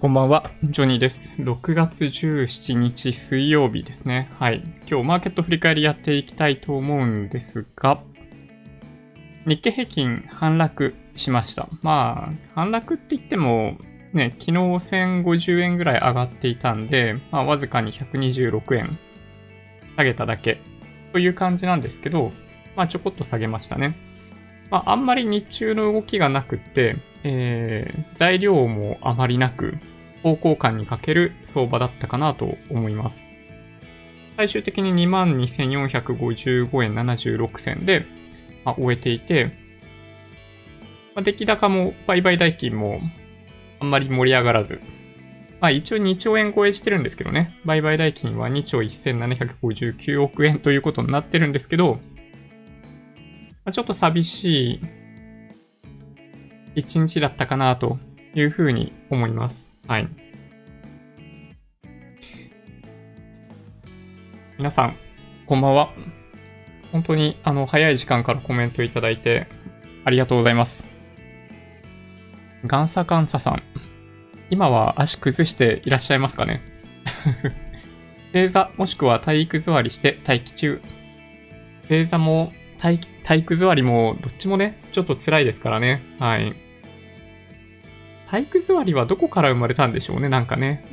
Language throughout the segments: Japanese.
こんばんは、ジョニーです。6月17日水曜日ですね。はい。今日マーケット振り返りやっていきたいと思うんですが、日経平均反落しました。反落って言っても、ね、昨日1050円ぐらい上がっていたんで、わずかに126円下げただけという感じなんですけど、ちょこっと下げましたね。あんまり日中の動きがなくって、材料もあまりなく、方向感に欠ける相場だったかなと思います。最終的に 22,455 円76銭で、終えていて、出来高も売買代金もあんまり盛り上がらず、一応2兆円超えしてるんですけどね、売買代金は2兆1759億円ということになってるんですけど、ちょっと寂しい一日だったかなというふうに思います。はい。皆さん、こんばんは。本当に早い時間からコメントいただいてありがとうございます。ガンサさん、今は足崩していらっしゃいますかね？正座もしくは体育座りして待機中。正座も体育座りもどっちもね、ちょっと辛いですからね。はい。体育座りはどこから生まれたんでしょうね、なんかね。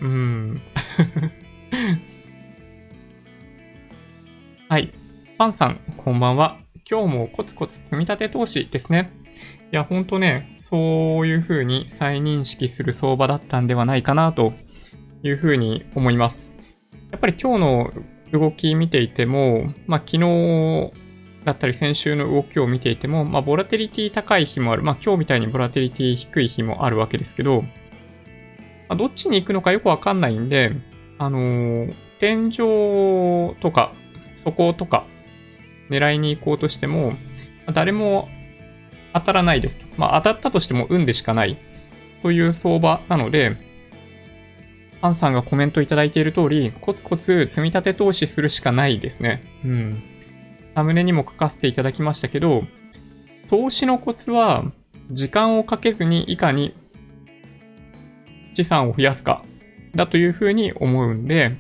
はい。パンさん、こんばんは。今日もコツコツ積み立て投資ですね。いや、ほんとね、そういう風に再認識する相場だったんではないかなという風に思います。やっぱり今日の動き見ていても、昨日だったり先週の動きを見ていても、ボラテリティ高い日もある。今日みたいにボラテリティ低い日もあるわけですけど、どっちに行くのかよくわかんないんで、天井とか底とか狙いに行こうとしても、誰も当たらないです。当たったとしても運でしかないという相場なので、パンさんがコメントいただいている通り、コツコツ積み立て投資するしかないですね。サムネにも書かせていただきましたけど、投資のコツは時間をかけずにいかに資産を増やすかだというふうに思うんで、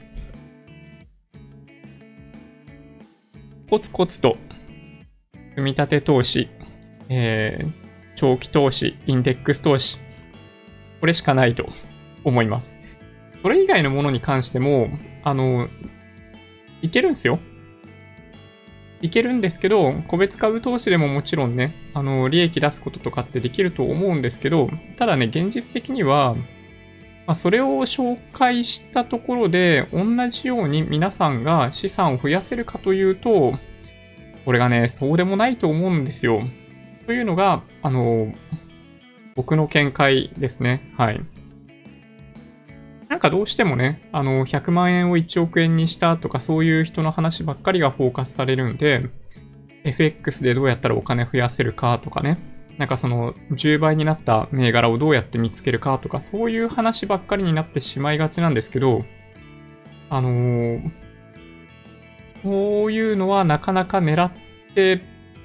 コツコツと積み立て投資、長期投資、インデックス投資、これしかないと思います。それ以外のものに関しても、いけるんですよ。いけるんですけど、個別株投資でももちろんね、利益出すこととかってできると思うんですけど、ただね、現実的には、それを紹介したところで、同じように皆さんが資産を増やせるかというと、これがね、そうでもないと思うんですよ。というのが、僕の見解ですね。はい。なんかどうしてもね、100万円を1億円にしたとかそういう人の話ばっかりがフォーカスされるんで、FX でどうやったらお金増やせるかとかね、なんかその10倍になった銘柄をどうやって見つけるかとかそういう話ばっかりになってしまいがちなんですけど、こういうのはなかなか狙って、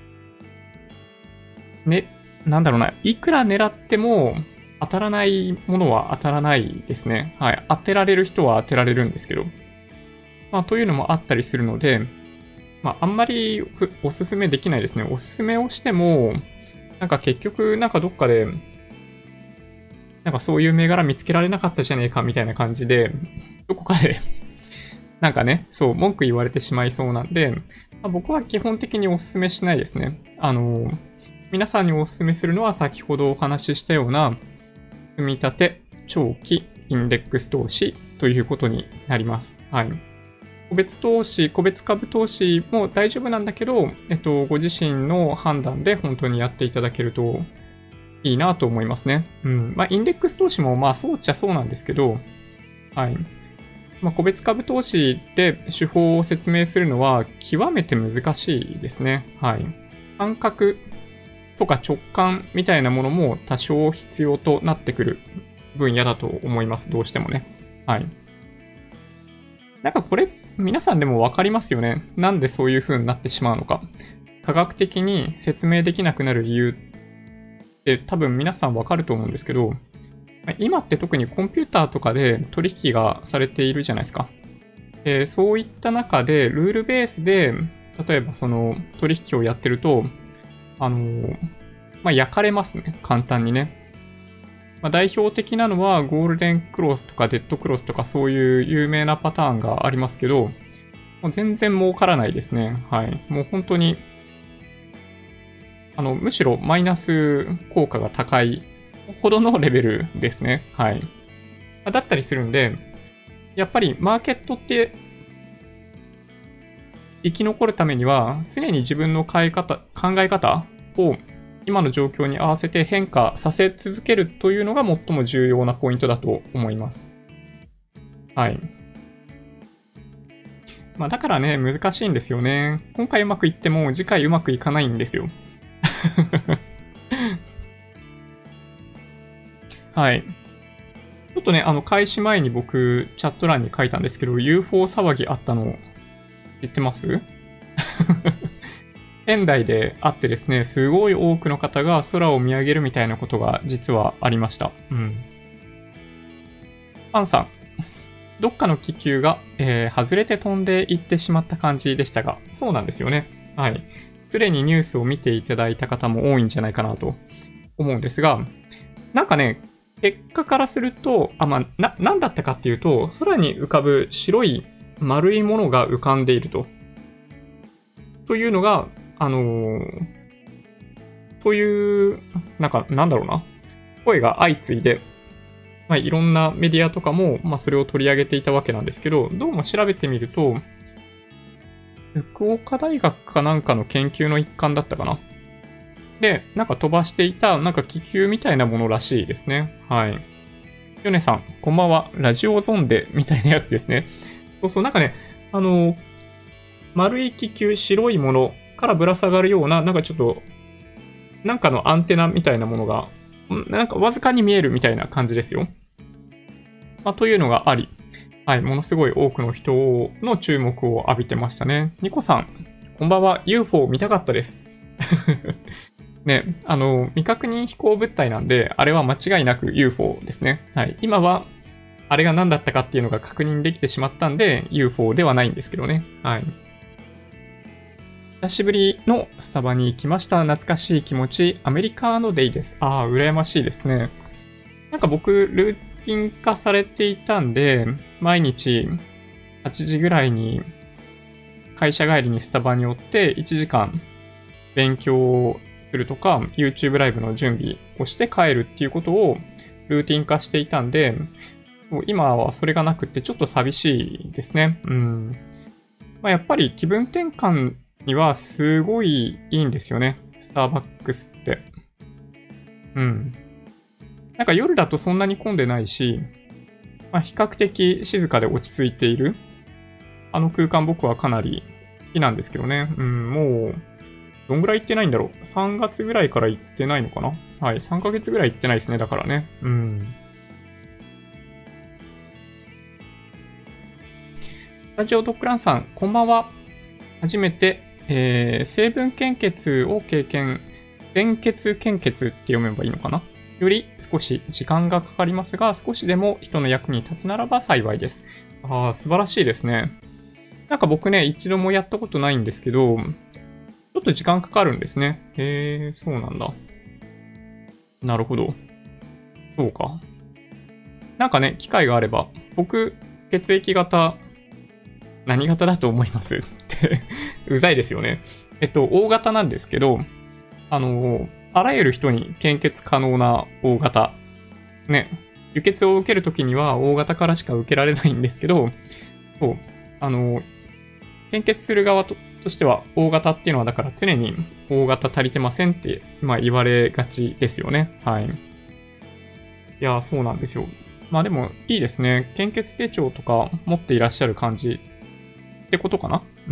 いくら狙っても、当たらないものは当たらないですね。はい。当てられる人は当てられるんですけど。というのもあったりするので、あんまりおすすめできないですね。おすすめをしても、なんか結局、なんかどっかで、なんかそういう銘柄見つけられなかったじゃねえかみたいな感じで、どこかでなんかね、そう、文句言われてしまいそうなんで、僕は基本的におすすめしないですね。皆さんにおすすめするのは先ほどお話ししたような、積み立て、長期、インデックス投資ということになります。はい。個別投資、個別株投資も大丈夫なんだけど、ご自身の判断で本当にやっていただけるといいなと思いますね。インデックス投資もそうっちゃそうなんですけど、はい。個別株投資で手法を説明するのは極めて難しいですね。はい。感覚とか直感みたいなものも多少必要となってくる分野だと思います。どうしてもね。はい。なんかこれ、皆さんでもわかりますよね。なんでそういう風になってしまうのか。科学的に説明できなくなる理由って多分皆さんわかると思うんですけど、 今って特にコンピューターとかで取引がされているじゃないですか。そういった中で、ルールベースで、例えばその取引をやってると、焼かれますね。簡単にね。代表的なのは、ゴールデンクロスとかデッドクロスとかそういう有名なパターンがありますけど、もう全然儲からないですね。はい。もう本当に、むしろマイナス効果が高いほどのレベルですね。はい。だったりするんで、やっぱりマーケットって生き残るためには、常に自分の考え方を今の状況に合わせて変化させ続けるというのが最も重要なポイントだと思います。はい。だからね、難しいんですよね。今回うまくいっても次回うまくいかないんですよ。はい。ちょっとね、開始前に僕、チャット欄に書いたんですけど、UFO 騒ぎあったの知ってます仙台であってですね、すごい多くの方が空を見上げるみたいなことが実はありました。うん。パンさん、どっかの気球が、外れて飛んでいってしまった感じでしたが、そうなんですよね。はい。すでにニュースを見ていただいた方も多いんじゃないかなと思うんですが、なんかね、結果からすると、なんだったかっていうと、空に浮かぶ白い丸いものが浮かんでいると。というのが、という、なんだろうな、声が相次いで、いろんなメディアとかも、それを取り上げていたわけなんですけど、どうも調べてみると、福岡大学かなんかの研究の一環だったかな。で、飛ばしていた、気球みたいなものらしいですね。はい。ヨネさん、こんばんは。ラジオゾンデみたいなやつですね。そうそう、丸い気球、白いものからぶら下がるような、ちょっと、のアンテナみたいなものが、わずかに見えるみたいな感じですよ。というのがあり、はい、ものすごい多くの人の注目を浴びてましたね。ニコさん、こんばんは。UFO 見たかったです。ね、未確認飛行物体なんで、あれは間違いなく UFO ですね。はい。今は、あれが何だったかっていうのが確認できてしまったんで、UFO ではないんですけどね。はい。久しぶりのスタバに行きました。懐かしい気持ち。アメリカのデイです。ああ、羨ましいですね。僕、ルーティン化されていたんで、毎日8時ぐらいに会社帰りにスタバに寄って1時間勉強するとか、YouTube ライブの準備をして帰るっていうことをルーティン化していたんで、今はそれがなくってちょっと寂しいですね。うん。やっぱり気分転換にはすごいいいんですよね。スターバックスって。うん。夜だとそんなに混んでないし、比較的静かで落ち着いている。あの空間僕はかなり好きなんですけどね。うん、もう、どんぐらい行ってないんだろう。3月ぐらいから行ってないのかな。はい、3ヶ月ぐらい行ってないですね。だからね。うん。スタジオドッグランさん、こんばんは。初めて、成分献血を経験、全血献血って読めばいいのかな。より少し時間がかかりますが、少しでも人の役に立つならば幸いです。ああ、素晴らしいですね。僕ね、一度もやったことないんですけど、ちょっと時間かかるんですね。へえ、そうなんだ。なるほど。そうか。ね、機会があれば、僕、血液型、何型だと思いますってうざいですよね。O 型なんですけど、あらゆる人に献血可能な O 型。ね。輸血を受けるときには O 型からしか受けられないんですけど、そう。献血する側としては O 型っていうのはだから常に O 型足りてませんって、言われがちですよね。はい。いや、そうなんですよ。でもいいですね。献血手帳とか持っていらっしゃる感じってことかな。うん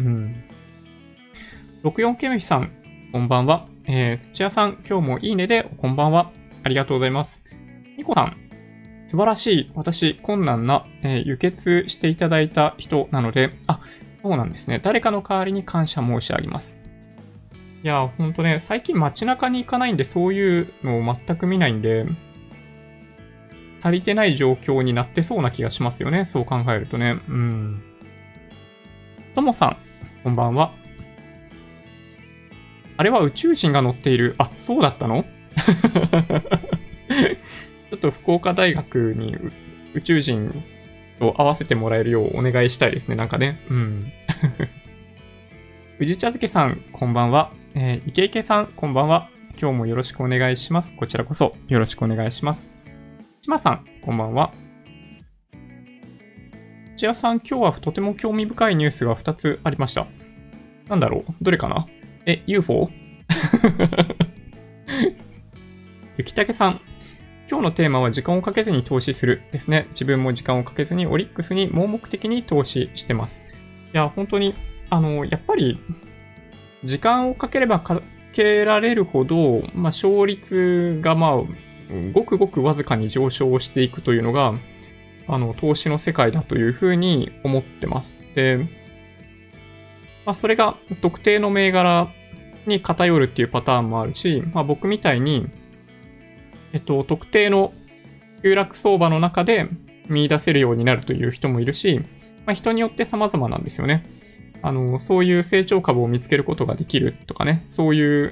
。64ケムヒさん、こんばんは。土屋さん、今日もいいねで、こんばんは。ありがとうございます。ニコさん、素晴らしい。私、困難な、輸血していただいた人なので、そうなんですね。誰かの代わりに感謝申し上げます。いや、ほんとね、最近街中に行かないんで、そういうのを全く見ないんで、 足りてない状況になってそうな気がしますよね。そう考えるとね。ともさん、こんばんは。あれは宇宙人が乗っている。あ、そうだったのちょっと福岡大学に宇宙人と合わせてもらえるようお願いしたいですね。なんかね。宇治茶漬けさん、こんばんは。イケイケさん、こんばんは。今日もよろしくお願いします。こちらこそよろしくお願いします。ちまさん、こんばんは。ちやさん、今日はとても興味深いニュースが2つありました。なんだろう、どれかな？UFO？ ゆきたけさん、今日のテーマは時間をかけずに投資するですね。自分も時間をかけずにオリックスに盲目的に投資してます。いや、本当に、やっぱり、時間をかければかけられるほど、勝率がごくごくわずかに上昇していくというのが、投資の世界だというふうに思ってます。で、それが特定の銘柄に偏るっていうパターンもあるし、僕みたいに、特定の急落相場の中で見出せるようになるという人もいるし、人によって様々なんですよね。そういう成長株を見つけることができるとかね、そういう、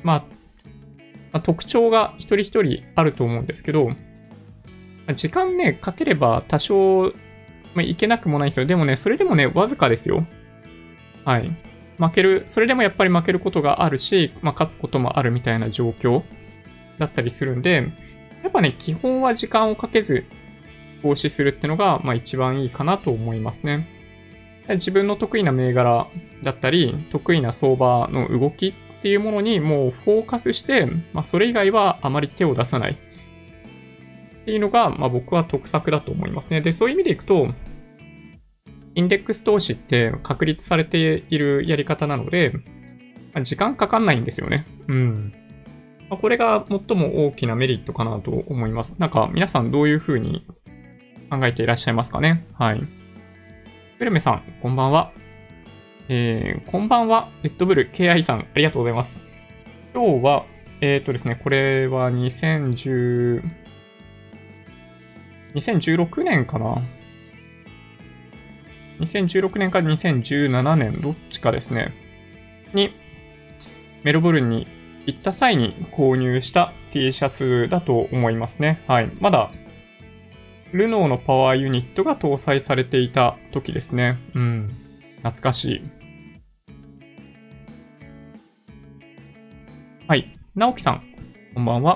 特徴が一人一人あると思うんですけど、時間ね、かければ多少、いけなくもないんですよ。でもね、それでもね、わずかですよ。はい。それでもやっぱり負けることがあるし、勝つこともあるみたいな状況だったりするんで、やっぱね、基本は時間をかけず投資するってのが、一番いいかなと思いますね。自分の得意な銘柄だったり、得意な相場の動きっていうものにもうフォーカスして、それ以外はあまり手を出さないっていうのが、僕は得策だと思いますね。で、そういう意味でいくと、インデックス投資って確立されているやり方なので、時間かかんないんですよね。これが最も大きなメリットかなと思います。なんか皆さんどういうふうに考えていらっしゃいますかね。はい。ペルメさん、こんばんは。こんばんは。レッドブル KI さん、ありがとうございます。今日は、ですね、これは2016年かな。2016年から2017年、どっちかですね。に、メルボルンに行った際に購入した T シャツだと思いますね。はい。まだ、ルノーのパワーユニットが搭載されていた時ですね。懐かしい。はい。直樹さん、こんばんは。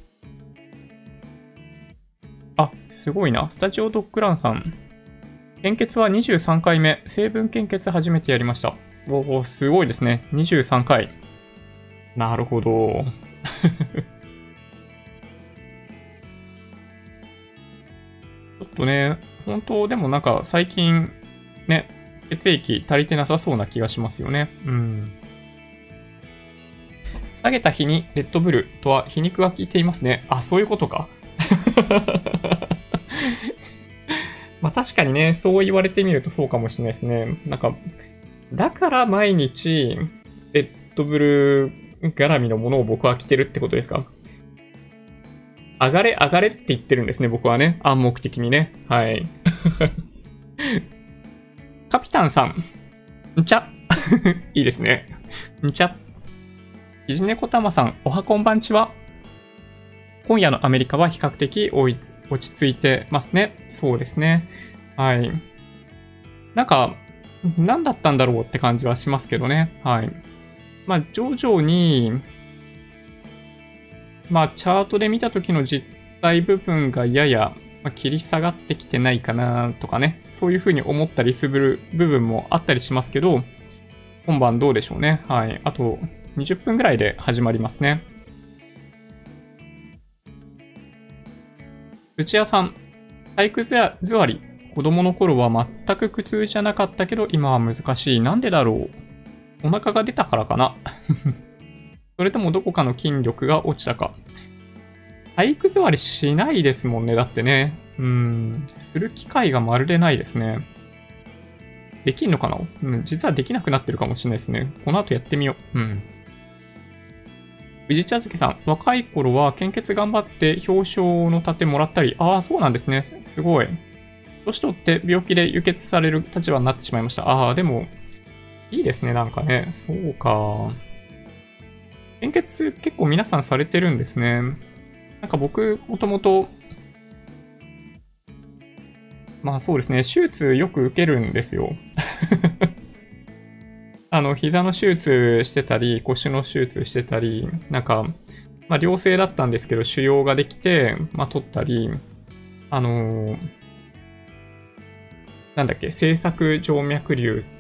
あ、すごいな。スタジオドッグランさん。献血は23回目。成分献血初めてやりました。お、すごいですね。23回。なるほど。ちょっとね、本当でもなんか最近ね、血液足りてなさそうな気がしますよね。下げた日にレッドブルとは皮肉が効いていますね。あ、そういうことか。確かにね、そう言われてみるとそうかもしれないですね。なんか、だから毎日、レッドブル絡みのものを僕は着てるってことですか？上がれ、上がれって言ってるんですね、僕はね。暗黙的にね。はい。カピタンさん。んちゃ。いいですね。んちゃ。ひじねこたまさん、おはこんばんちは。今夜のアメリカは比較的落ち着いてますね。そうですね。はい。なんか、何だったんだろうって感じはしますけどね。はい。徐々に、チャートで見た時の実体部分がやや、切り下がってきてないかなとかね。そういう風に思ったりする部分もあったりしますけど、今晩どうでしょうね。はい。あと20分ぐらいで始まりますね。内谷さん、体育座り。子供の頃は全く苦痛じゃなかったけど、今は難しい。なんでだろう。お腹が出たからかな。それともどこかの筋力が落ちたか。体育座りしないですもんね。だってね。する機会がまるでないですね。できんのかな？実はできなくなってるかもしれないですね。この後やってみよう。 宇治茶漬けさん、若い頃は献血頑張って表彰の盾もらったり、ああ、そうなんですね。すごい。年取って病気で輸血される立場になってしまいました。ああ、でも、いいですね、なんかね。そうか。献血結構皆さんされてるんですね。なんか僕、もともと、まあそうですね、手術よく受けるんですよ。膝の手術してたり、腰の手術してたり、なんか、まあ良性だったんですけど、腫瘍ができて、まあ取ったり、あのーなんだっけ、静脈静脈瘤って、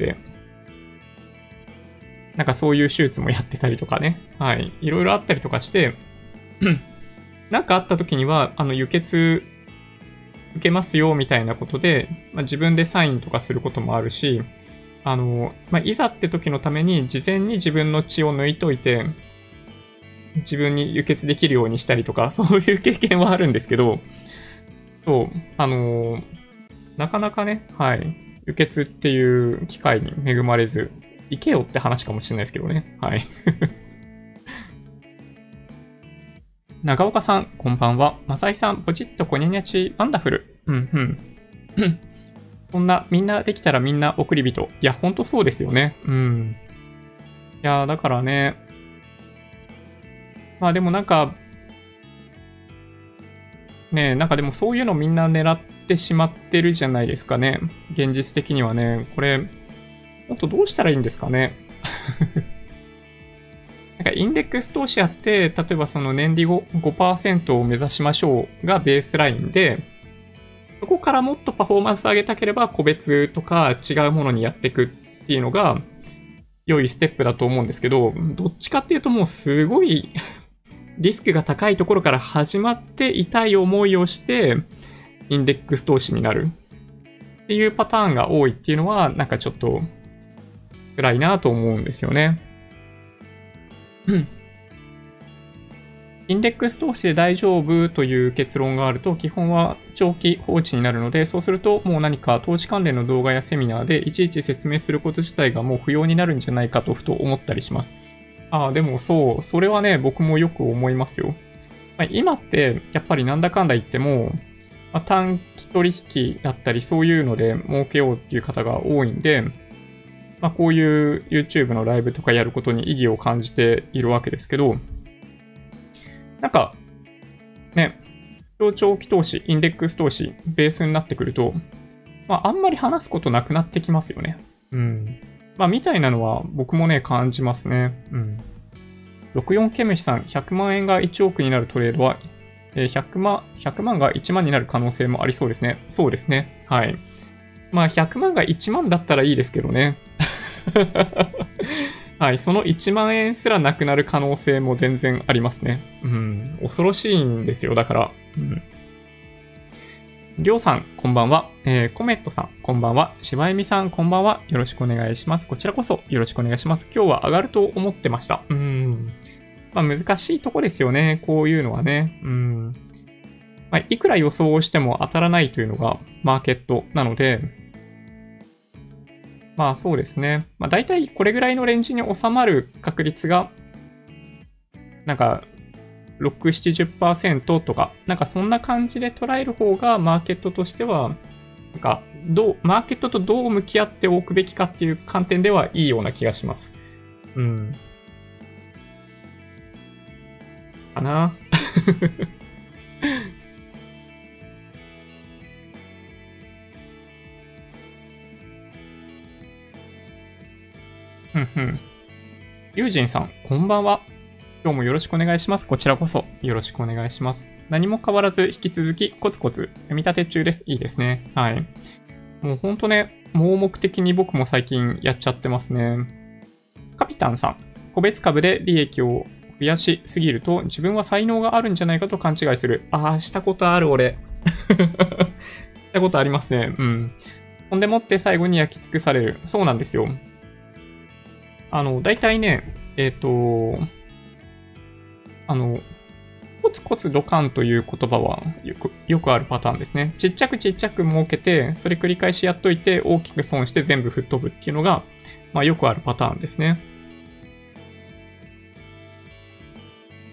なんかそういう手術もやってたりとかね。はい。いろいろあったりとかして、なんかあった時には、輸血受けますよみたいなことで、まあ、自分でサインとかすることもあるし、まあ、いざって時のために事前に自分の血を抜いといて、自分に輸血できるようにしたりとか、そういう経験はあるんですけど、そう、なかなかね、はい、輸血っていう機会に恵まれず、行けよって話かもしれないですけどね。はい。長岡さん、こんばんは。マサイさん、ポチッとコニャニャチ、ワンダフル。うんうん。そんな、みんなできたらみんな送り人。いや、ほんとそうですよね。うん。いや、だからね。まあでもなんか、ねえ、なんかでもそういうのみんな狙ってしまってるじゃないですかね。現実的にはね。これ、もっとどうしたらいいんですかね。なんかインデックス投資やって、例えばその年利 5% を目指しましょうがベースラインで、そこからもっとパフォーマンス上げたければ個別とか違うものにやっていくっていうのが良いステップだと思うんですけど、どっちかっていうともうすごいリスクが高いところから始まって痛い思いをしてインデックス投資になるっていうパターンが多いっていうのはなんかちょっと辛いなと思うんですよね。インデックス投資で大丈夫という結論があると、基本は長期放置になるので、そうするともう何か投資関連の動画やセミナーでいちいち説明すること自体がもう不要になるんじゃないかとふと思ったりします。ああ、でもそう、それはね、僕もよく思いますよ。まあ、今って、やっぱりなんだかんだ言っても、まあ、短期取引だったり、そういうので儲けようっていう方が多いんで、まあ、こういう YouTube のライブとかやることに意義を感じているわけですけど、なんか、ね、長期投資、インデックス投資、ベースになってくると、まあ、あんまり話すことなくなってきますよね。うん。まあ、みたいなのは僕もね、感じますね。うん。64ケムシさん、100万円が1億になるトレードは、100万が1万になる可能性もありそうですね。そうですね。はい。まあ、100万が1万だったらいいですけどね。はい、その1万円すらなくなる可能性も全然ありますね。うん、恐ろしいんですよ、だから。うん。りょうさん、こんばんは。コメットさん、こんばんは。しばえみさん、こんばんは。よろしくお願いします。こちらこそよろしくお願いします。今日は上がると思ってました。まあ、難しいとこですよね。こういうのはね。まあ、いくら予想をしても当たらないというのがマーケットなので、まあそうですね。まあ大体これぐらいのレンジに収まる確率が、なんか、6、70%とか、なんかそんな感じで捉える方がマーケットとしては、なんか、マーケットとどう向き合っておくべきかっていう観点ではいいような気がします。うん。かな。うんうん。ユージンさん、こんばんは。今日もよろしくお願いします。こちらこそよろしくお願いします。何も変わらず引き続きコツコツ積み立て中です。いいですね。はい。もうほんとね、盲目的に僕も最近やっちゃってますね。カピタンさん、個別株で利益を増やしすぎると自分は才能があるんじゃないかと勘違いする。ああ、したことある俺。したことありますね。うん。ほんでもって最後に焼き尽くされる。そうなんですよ。大体ね、コツコツドカンという言葉はよくあるパターンですね。ちっちゃく儲けて、それ繰り返しやっといて、大きく損して全部吹っ飛ぶっていうのが、まあよくあるパターンですね。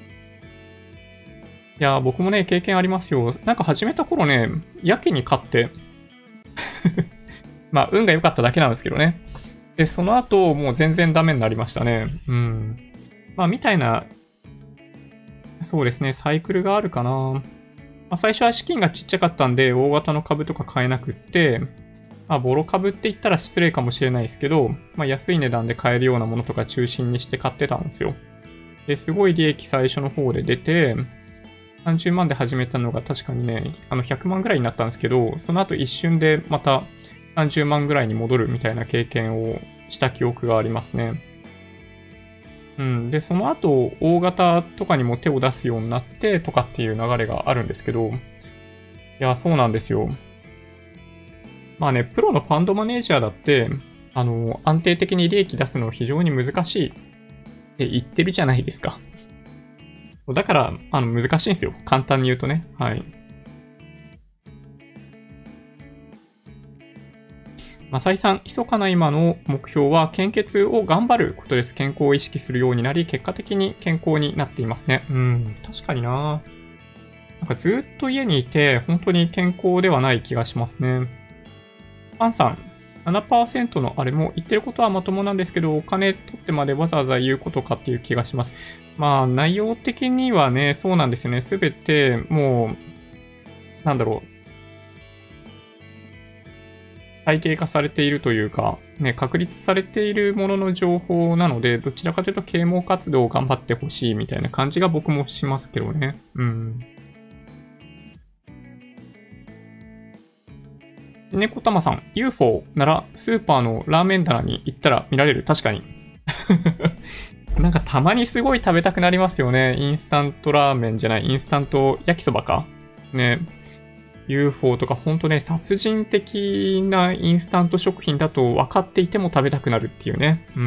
や、僕もね、経験ありますよ。なんか始めた頃ね、やけに勝って、まあ、運が良かっただけなんですけどね。で、その後、もう全然ダメになりましたね。うん。まあ、みたいな、そうですね、サイクルがあるかな。まあ、最初は資金がちっちゃかったんで、大型の株とか買えなくって、まあ、ボロ株って言ったら失礼かもしれないですけど、まあ、安い値段で買えるようなものとか中心にして買ってたんですよ。で、すごい利益最初の方で出て、30万で始めたのが確かにね、100万ぐらいになったんですけど、その後一瞬でまた30万ぐらいに戻るみたいな経験をした記憶がありますね。うん。で、その後、大型とかにも手を出すようになってとかっていう流れがあるんですけど、いや、そうなんですよ。まあね、プロのファンドマネージャーだって、安定的に利益出すの非常に難しいって言ってるじゃないですか。だから、難しいんですよ。簡単に言うとね。はい。マサイさん、密かな今の目標は献血を頑張ることです。健康を意識するようになり、結果的に健康になっていますね。うん、確かにな。なんかずっと家にいて、本当に健康ではない気がしますね。パンさん、7%のあれも言ってることはまともなんですけど、お金取ってまでわざわざ言うことかっていう気がします。まあ、内容的にはね、そうなんですよね。すべて、もう、なんだろう、体系化されているというか、ね、確立されているものの情報なので、どちらかというと啓蒙活動を頑張ってほしいみたいな感じが僕もしますけどね。うん。猫玉さん、UFO ならスーパーのラーメン棚に行ったら見られる。確かに。なんかたまにすごい食べたくなりますよね。インスタントラーメンじゃない、インスタント焼きそばか。ね。UFO とかほんとね、殺人的なインスタント食品だと分かっていても食べたくなるっていうね。うん。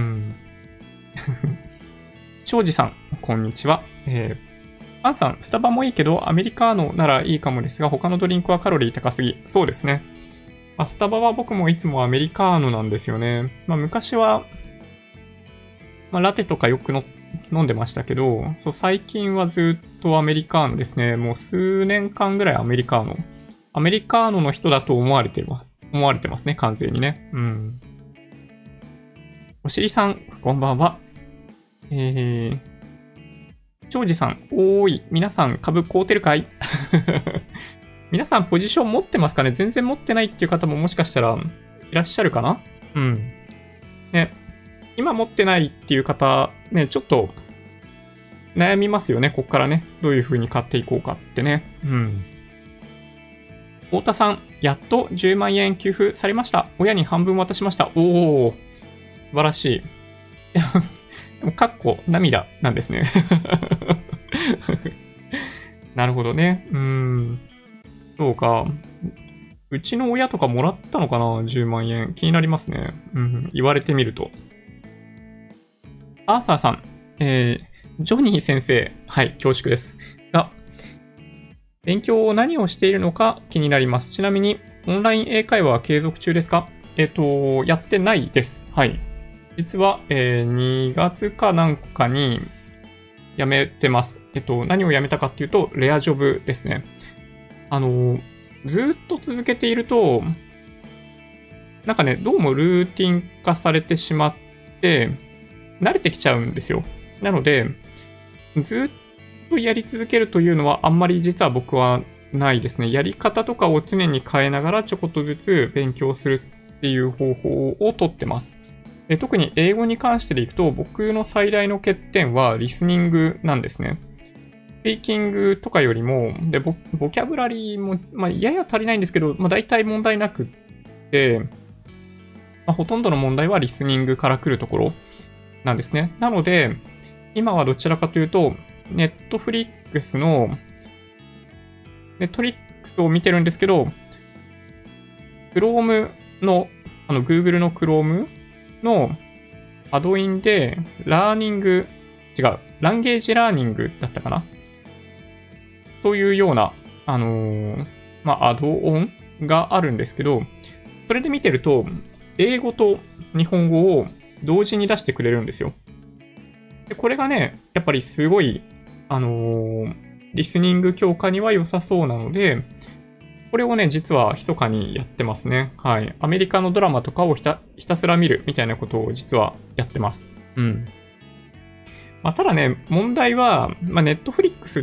庄司さん、こんにちは。アンさん、スタバもいいけど、アメリカーノならいいかもですが、他のドリンクはカロリー高すぎ。そうですね。まあ、スタバは僕もいつもアメリカーノなんですよね。まあ、昔は、まあ、ラテとかよく飲んでましたけど、そう、最近はずっとアメリカーノですね。もう数年間ぐらいアメリカーノ。アメリカーノの人だと思われてますね、完全にね。うん。おしりさん、こんばんは。庄司さん、おーい、皆さん株買うてるかい皆さんポジション持ってますかね？全然持ってないっていう方ももしかしたらいらっしゃるかな？うん。ね、今持ってないっていう方、ね、ちょっと悩みますよね、こっからね。どういう風に買っていこうかってね。うん。太田さん、やっと10万円給付されました。親に半分渡しました。おー、素晴らしい。でも、かっこ涙なんですね。なるほどね。そうか。うちの親とかもらったのかな？ 10 万円。気になりますね。うん、言われてみると。アーサーさん、ジョニー先生、はい、恐縮です。が、勉強を何をしているのか気になります。ちなみに、オンライン英会話は継続中ですか？やってないです。はい。実は、2月かなんかに辞めてます。何を辞めたかっていうと、レアジョブですね。ずっと続けていると、なんかね、どうもルーティン化されてしまって、慣れてきちゃうんですよ。なので、ずっとやり続けるというのはあんまり実は僕はないですね。やり方とかを常に変えながらちょこっとずつ勉強するっていう方法をとってます。で、特に英語に関してでいくと、僕の最大の欠点はリスニングなんですね。スピーキングとかよりも、で、ボキャブラリーも、まあ、やや足りないんですけど、まあ、大体問題なくって、まあ、ほとんどの問題はリスニングから来るところなんですね。なので、今はどちらかというと、ネットフリックスを見てるんですけど、Chrome の、Google の Chrome のアドインで、ランゲージラーニングだったかなというような、まあ、アドオンがあるんですけど、それで見てると、英語と日本語を同時に出してくれるんですよ。で、これがね、やっぱりすごい、 リスニング強化には良さそうなので、これをね、実は密かにやってますね。はい。アメリカのドラマとかをひたすら見るみたいなことを実はやってます。うん。まあ、ただね、問題は、まあ、ネットフリックスって、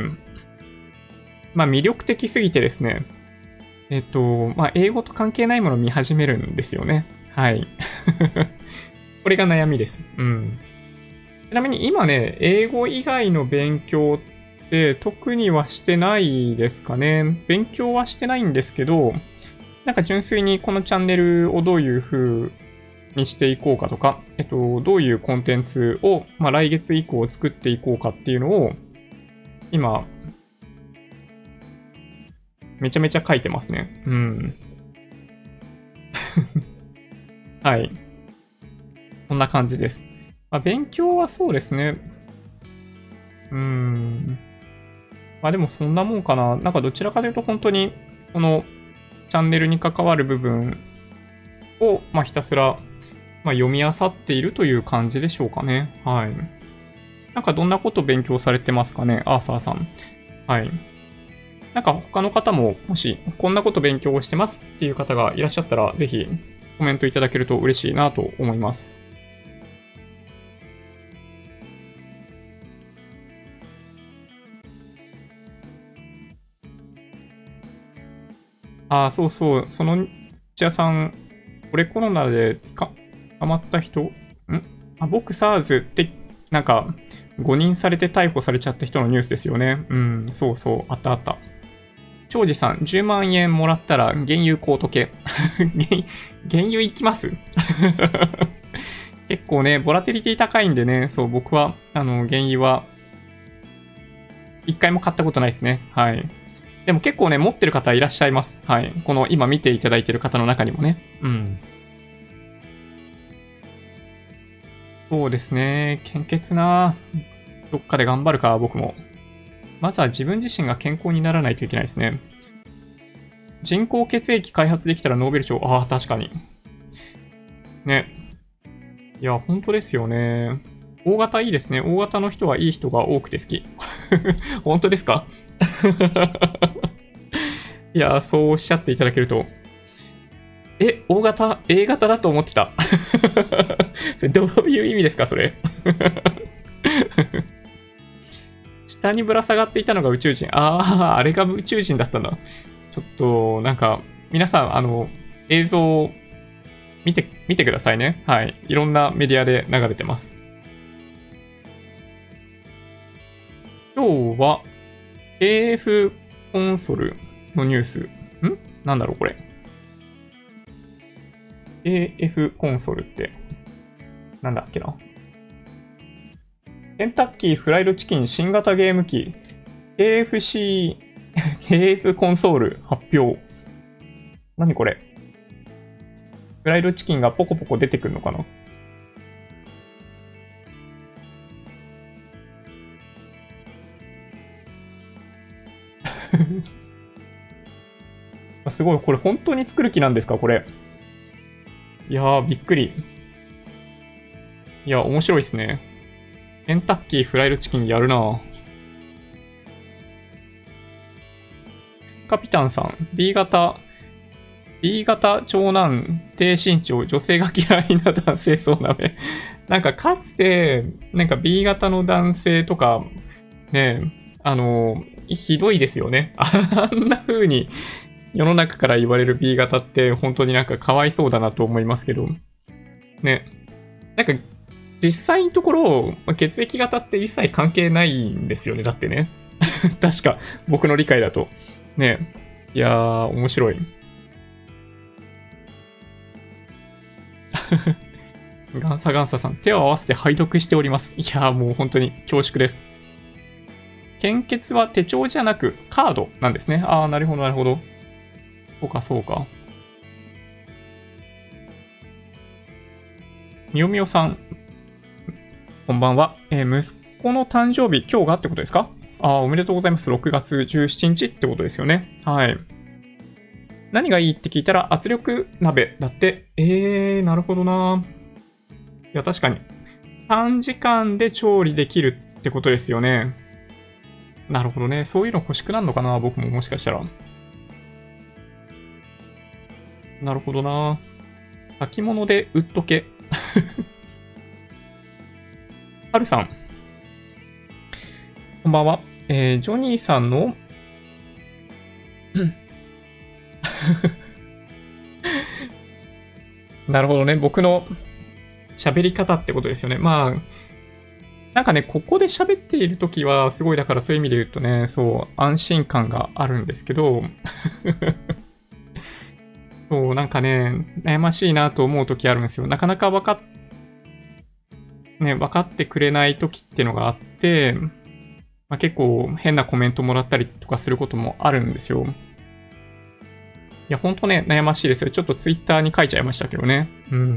まあ、魅力的すぎてですね、まあ、英語と関係ないものを見始めるんですよね。はい。これが悩みです。うん。ちなみに今ね、英語以外の勉強って特にはしてないですかね。勉強はしてないんですけど、なんか純粋にこのチャンネルをどういう風にしていこうかとか、どういうコンテンツを、まあ、来月以降作っていこうかっていうのを、今、めちゃめちゃ書いてますね。うん。はい。こんな感じです。まあ、勉強はそうですね。まあでもそんなもんかな。なんかどちらかというと本当に、このチャンネルに関わる部分を、まあ、ひたすら、まあ、読み漁っているという感じでしょうかね。はい。なんかどんなこと勉強されてますかね、アーサーさん。はい。なんか他の方も、もしこんなこと勉強をしてますっていう方がいらっしゃったら、ぜひコメントいただけると嬉しいなと思います。ああ、そうそう。その、じゃさん、これコロナで捕まった人僕 SARS って、なんか、誤認されて逮捕されちゃった人のニュースですよね。うん、そうそう、あったあった。長司さん、10万円もらったら原油買うとけ。原油行きます結構ね、ボラテリティ高いんでね、そう、僕は、原油は、一回も買ったことないですね。はい。でも結構ね、持ってる方いらっしゃいます。はい。この今見ていただいてる方の中にもね。うん。そうですね。献血な。どっかで頑張るか、僕も。まずは自分自身が健康にならないといけないですね。人工血液開発できたらノーベル賞。ああ、確かに。ね。いや、本当ですよね。大型いいですね。大型の人はいい人が多くて好き。本当ですか？いや、そうおっしゃっていただけると。大型 ?A 型だと思ってた。それどういう意味ですか、それ。下にぶら下がっていたのが宇宙人。ああ、あれが宇宙人だったんだ。ちょっと、なんか、皆さん、映像を見てくださいね。はい。いろんなメディアで流れてます。今日は、AF コンソルのニュース。なんだろう、これ。AF コンソルって、なんだっけな。ケンタッキーフライドチキン新型ゲーム機 AF コンソール発表。何これ？フライドチキンがポコポコ出てくるのかな？すごい、これ本当に作る気なんですかこれ。いやー、びっくり。いや、面白いですね。ケンタッキーフライドチキンやるな。カピタンさん、B 型長男、低身長、女性が嫌いな男性そうなめ。なんかかつて、なんか B 型の男性とか、ね、ひどいですよね。あんな風に世の中から言われる B 型って本当になんかかわいそうだなと思いますけど。ね。なんか実際のところ、血液型って一切関係ないんですよね。だってね。確か、僕の理解だと。ね。いやー、面白い。ガンサガンサさん、手を合わせて拝読しております。いやー、もう本当に恐縮です。献血は手帳じゃなくカードなんですね。あー、なるほど、なるほど。そうか、そうか。みよみよさん、こんばんは。息子の誕生日、今日がってことですか？おめでとうございます。6月17日ってことですよね。はい。何がいいって聞いたら圧力鍋だって。なるほどな。いや、確かに。短時間で調理できるってことですよね。 なるほどね。そういうの欲しくなるのかな、僕ももしかしたら。なるほどな。先物で売っとけ。はるさん、こんばんは。ジョニーさんの、なるほどね。僕の喋り方ってことですよね。まあ、なんかね、ここで喋っているときは、すごいだからそういう意味で言うとね、そう、安心感があるんですけど、そう、なんかね、悩ましいなと思うときあるんですよ。なかなか分かってくれないときってのがあって、まあ、結構変なコメントもらったりとかすることもあるんですよ。いや、ほんとね、悩ましいですよ。ちょっとツイッターに書いちゃいましたけどね。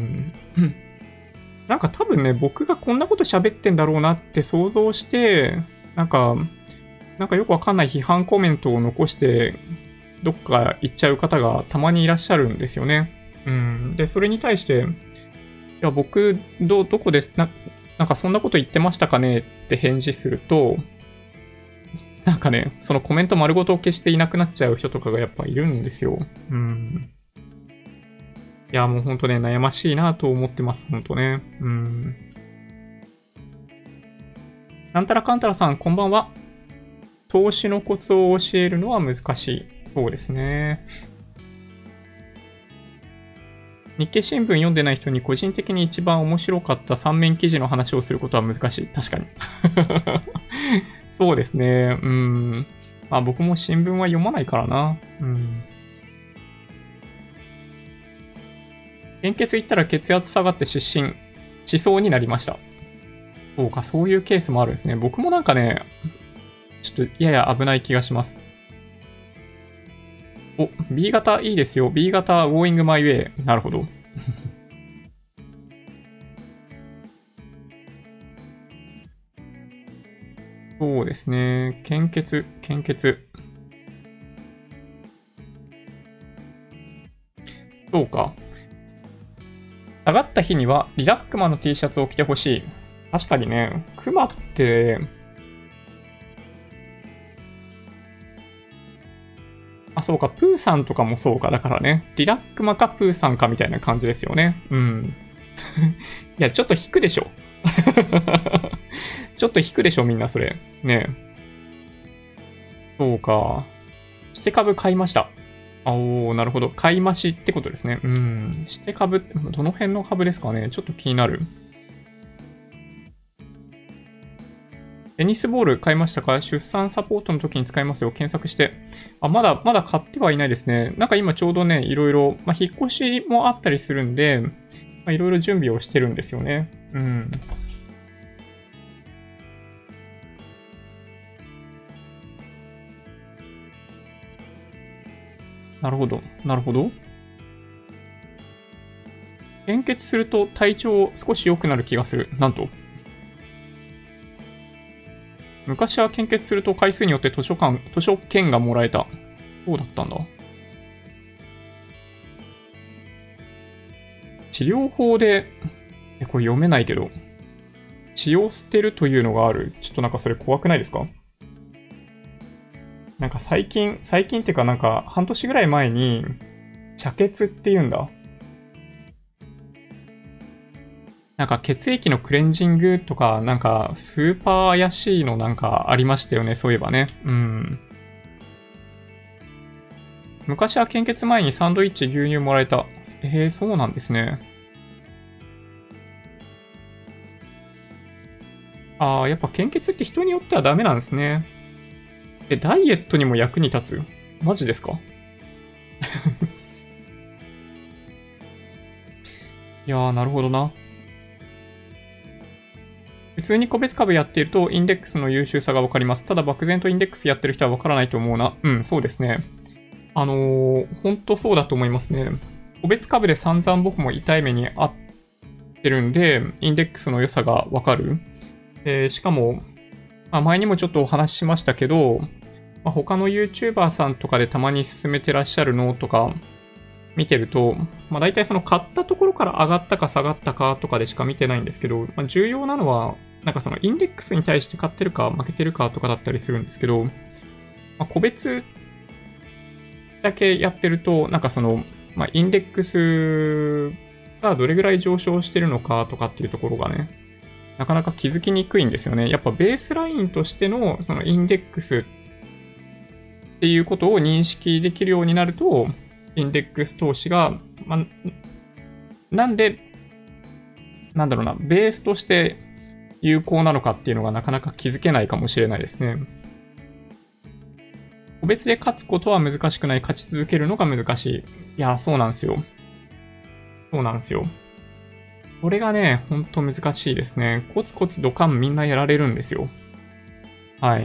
なんか多分ね、僕がこんなこと喋ってんだろうなって想像して、なんかよくわかんない批判コメントを残して、どっか行っちゃう方がたまにいらっしゃるんですよね。で、それに対して、いや、僕、どこですなんかそんなこと言ってましたかねって返事すると、なんかね、そのコメント丸ごと消していなくなっちゃう人とかがやっぱいるんですよ。いや、もうほんとね、悩ましいなと思ってます、ほんとね。なんたらかんたらさん、こんばんは。投資のコツを教えるのは難しい。そうですね。日経新聞読んでない人に個人的に一番面白かった3面記事の話をすることは難しい。確かに。そうですね。まあ僕も新聞は読まないからな。献血行ったら血圧下がって失神しそうになりました。そうか、そういうケースもあるんですね。僕もなんかね、ちょっとやや危ない気がします。お、B 型いいですよ。B 型 Going My Way。なるほど。そうですね。献血。そうか。下がった日にはリラックマの T シャツを着てほしい。確かにね、クマって、あ、そうか、プーさんとかもそうか。だからね、リラックマかプーさんかみたいな感じですよね。いや、ちょっと引くでしょ。ちょっと引くでしょ、みんなそれ。ねえ。そうか。して株買いました。おー、なるほど。買い増しってことですね。して株、どの辺の株ですかね。ちょっと気になる。テニスボール買いましたか？出産サポートの時に使いますよ。検索して。あ、まだ買ってはいないですね。なんか今ちょうどね、いろいろ、まあ、引っ越しもあったりするんで、まあ、いろいろ準備をしてるんですよね。なるほど。献血すると体調少し良くなる気がする。なんと。昔は献血すると回数によって図書券がもらえた。そうだったんだ。治療法で、これ読めないけど、血を捨てるというのがある。ちょっとなんかそれ怖くないですか？なんか最近っていうかなんか半年ぐらい前に、茶血っていうんだ。なんか血液のクレンジングとか、なんかスーパー怪しいのなんかありましたよね、そういえばね。昔は献血前にサンドイッチ牛乳もらえた。そうなんですね。やっぱ献血って人によってはダメなんですね。ダイエットにも役に立つ？マジですか？いやー、なるほどな。普通に個別株やっているとインデックスの優秀さがわかります。ただ漠然とインデックスやってる人はわからないと思うな。そうですね。ほんとそうだと思いますね。個別株で散々僕も痛い目に遭ってるんで、インデックスの良さがわかる。しかも、前にもちょっとお話ししましたけど、他の YouTuber さんとかでたまに進めてらっしゃるのとか、 見てると、まあ大体その買ったところから上がったか下がったかとかでしか見てないんですけど、まあ、重要なのは、なんかそのインデックスに対して買ってるか負けてるかとかだったりするんですけど、まあ、個別だけやってると、なんかその、まあ、インデックスがどれぐらい上昇してるのかとかっていうところがね、なかなか気づきにくいんですよね。やっぱベースラインとしてのそのインデックスっていうことを認識できるようになると、インデックス投資が、まあ、なんで、なんだろうな、ベースとして有効なのかっていうのがなかなか気づけないかもしれないですね。個別で勝つことは難しくない、勝ち続けるのが難しい。いや、そうなんですよ。そうなんですよ。これがね、ほんと難しいですね。コツコツドカンみんなやられるんですよ。はい。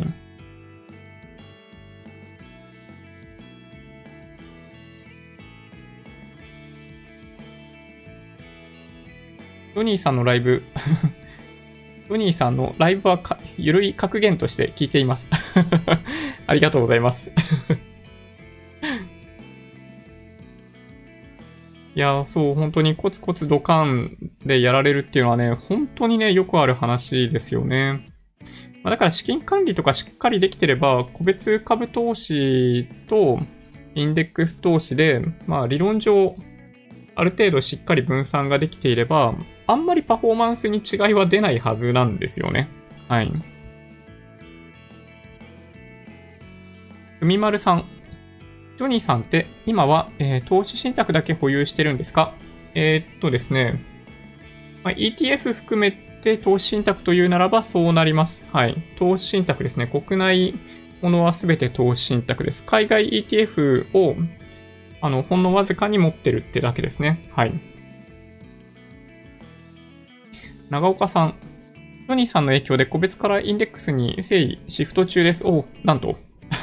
ジョニーさんのライブジョニーさんのライブはゆるい格言として聞いています。ありがとうございます。いや、そう、本当にコツコツドカンでやられるっていうのはね、本当にね、よくある話ですよね。まあ、だから資金管理とかしっかりできてれば、個別株投資とインデックス投資で、まあ理論上、ある程度しっかり分散ができていれば、あんまりパフォーマンスに違いは出ないはずなんですよね。はい。ふみまるさん。ジョニーさんって今は、投資信託だけ保有してるんですか？ですね、まあ、ETF 含めて投資信託というならばそうなります。はい。投資信託ですね。国内ものはすべて投資信託です。海外 ETF をほんのわずかに持ってるってだけですね。はい。長岡さん。ジョニーさんの影響で個別からインデックスに誠意シフト中です。お、なんと。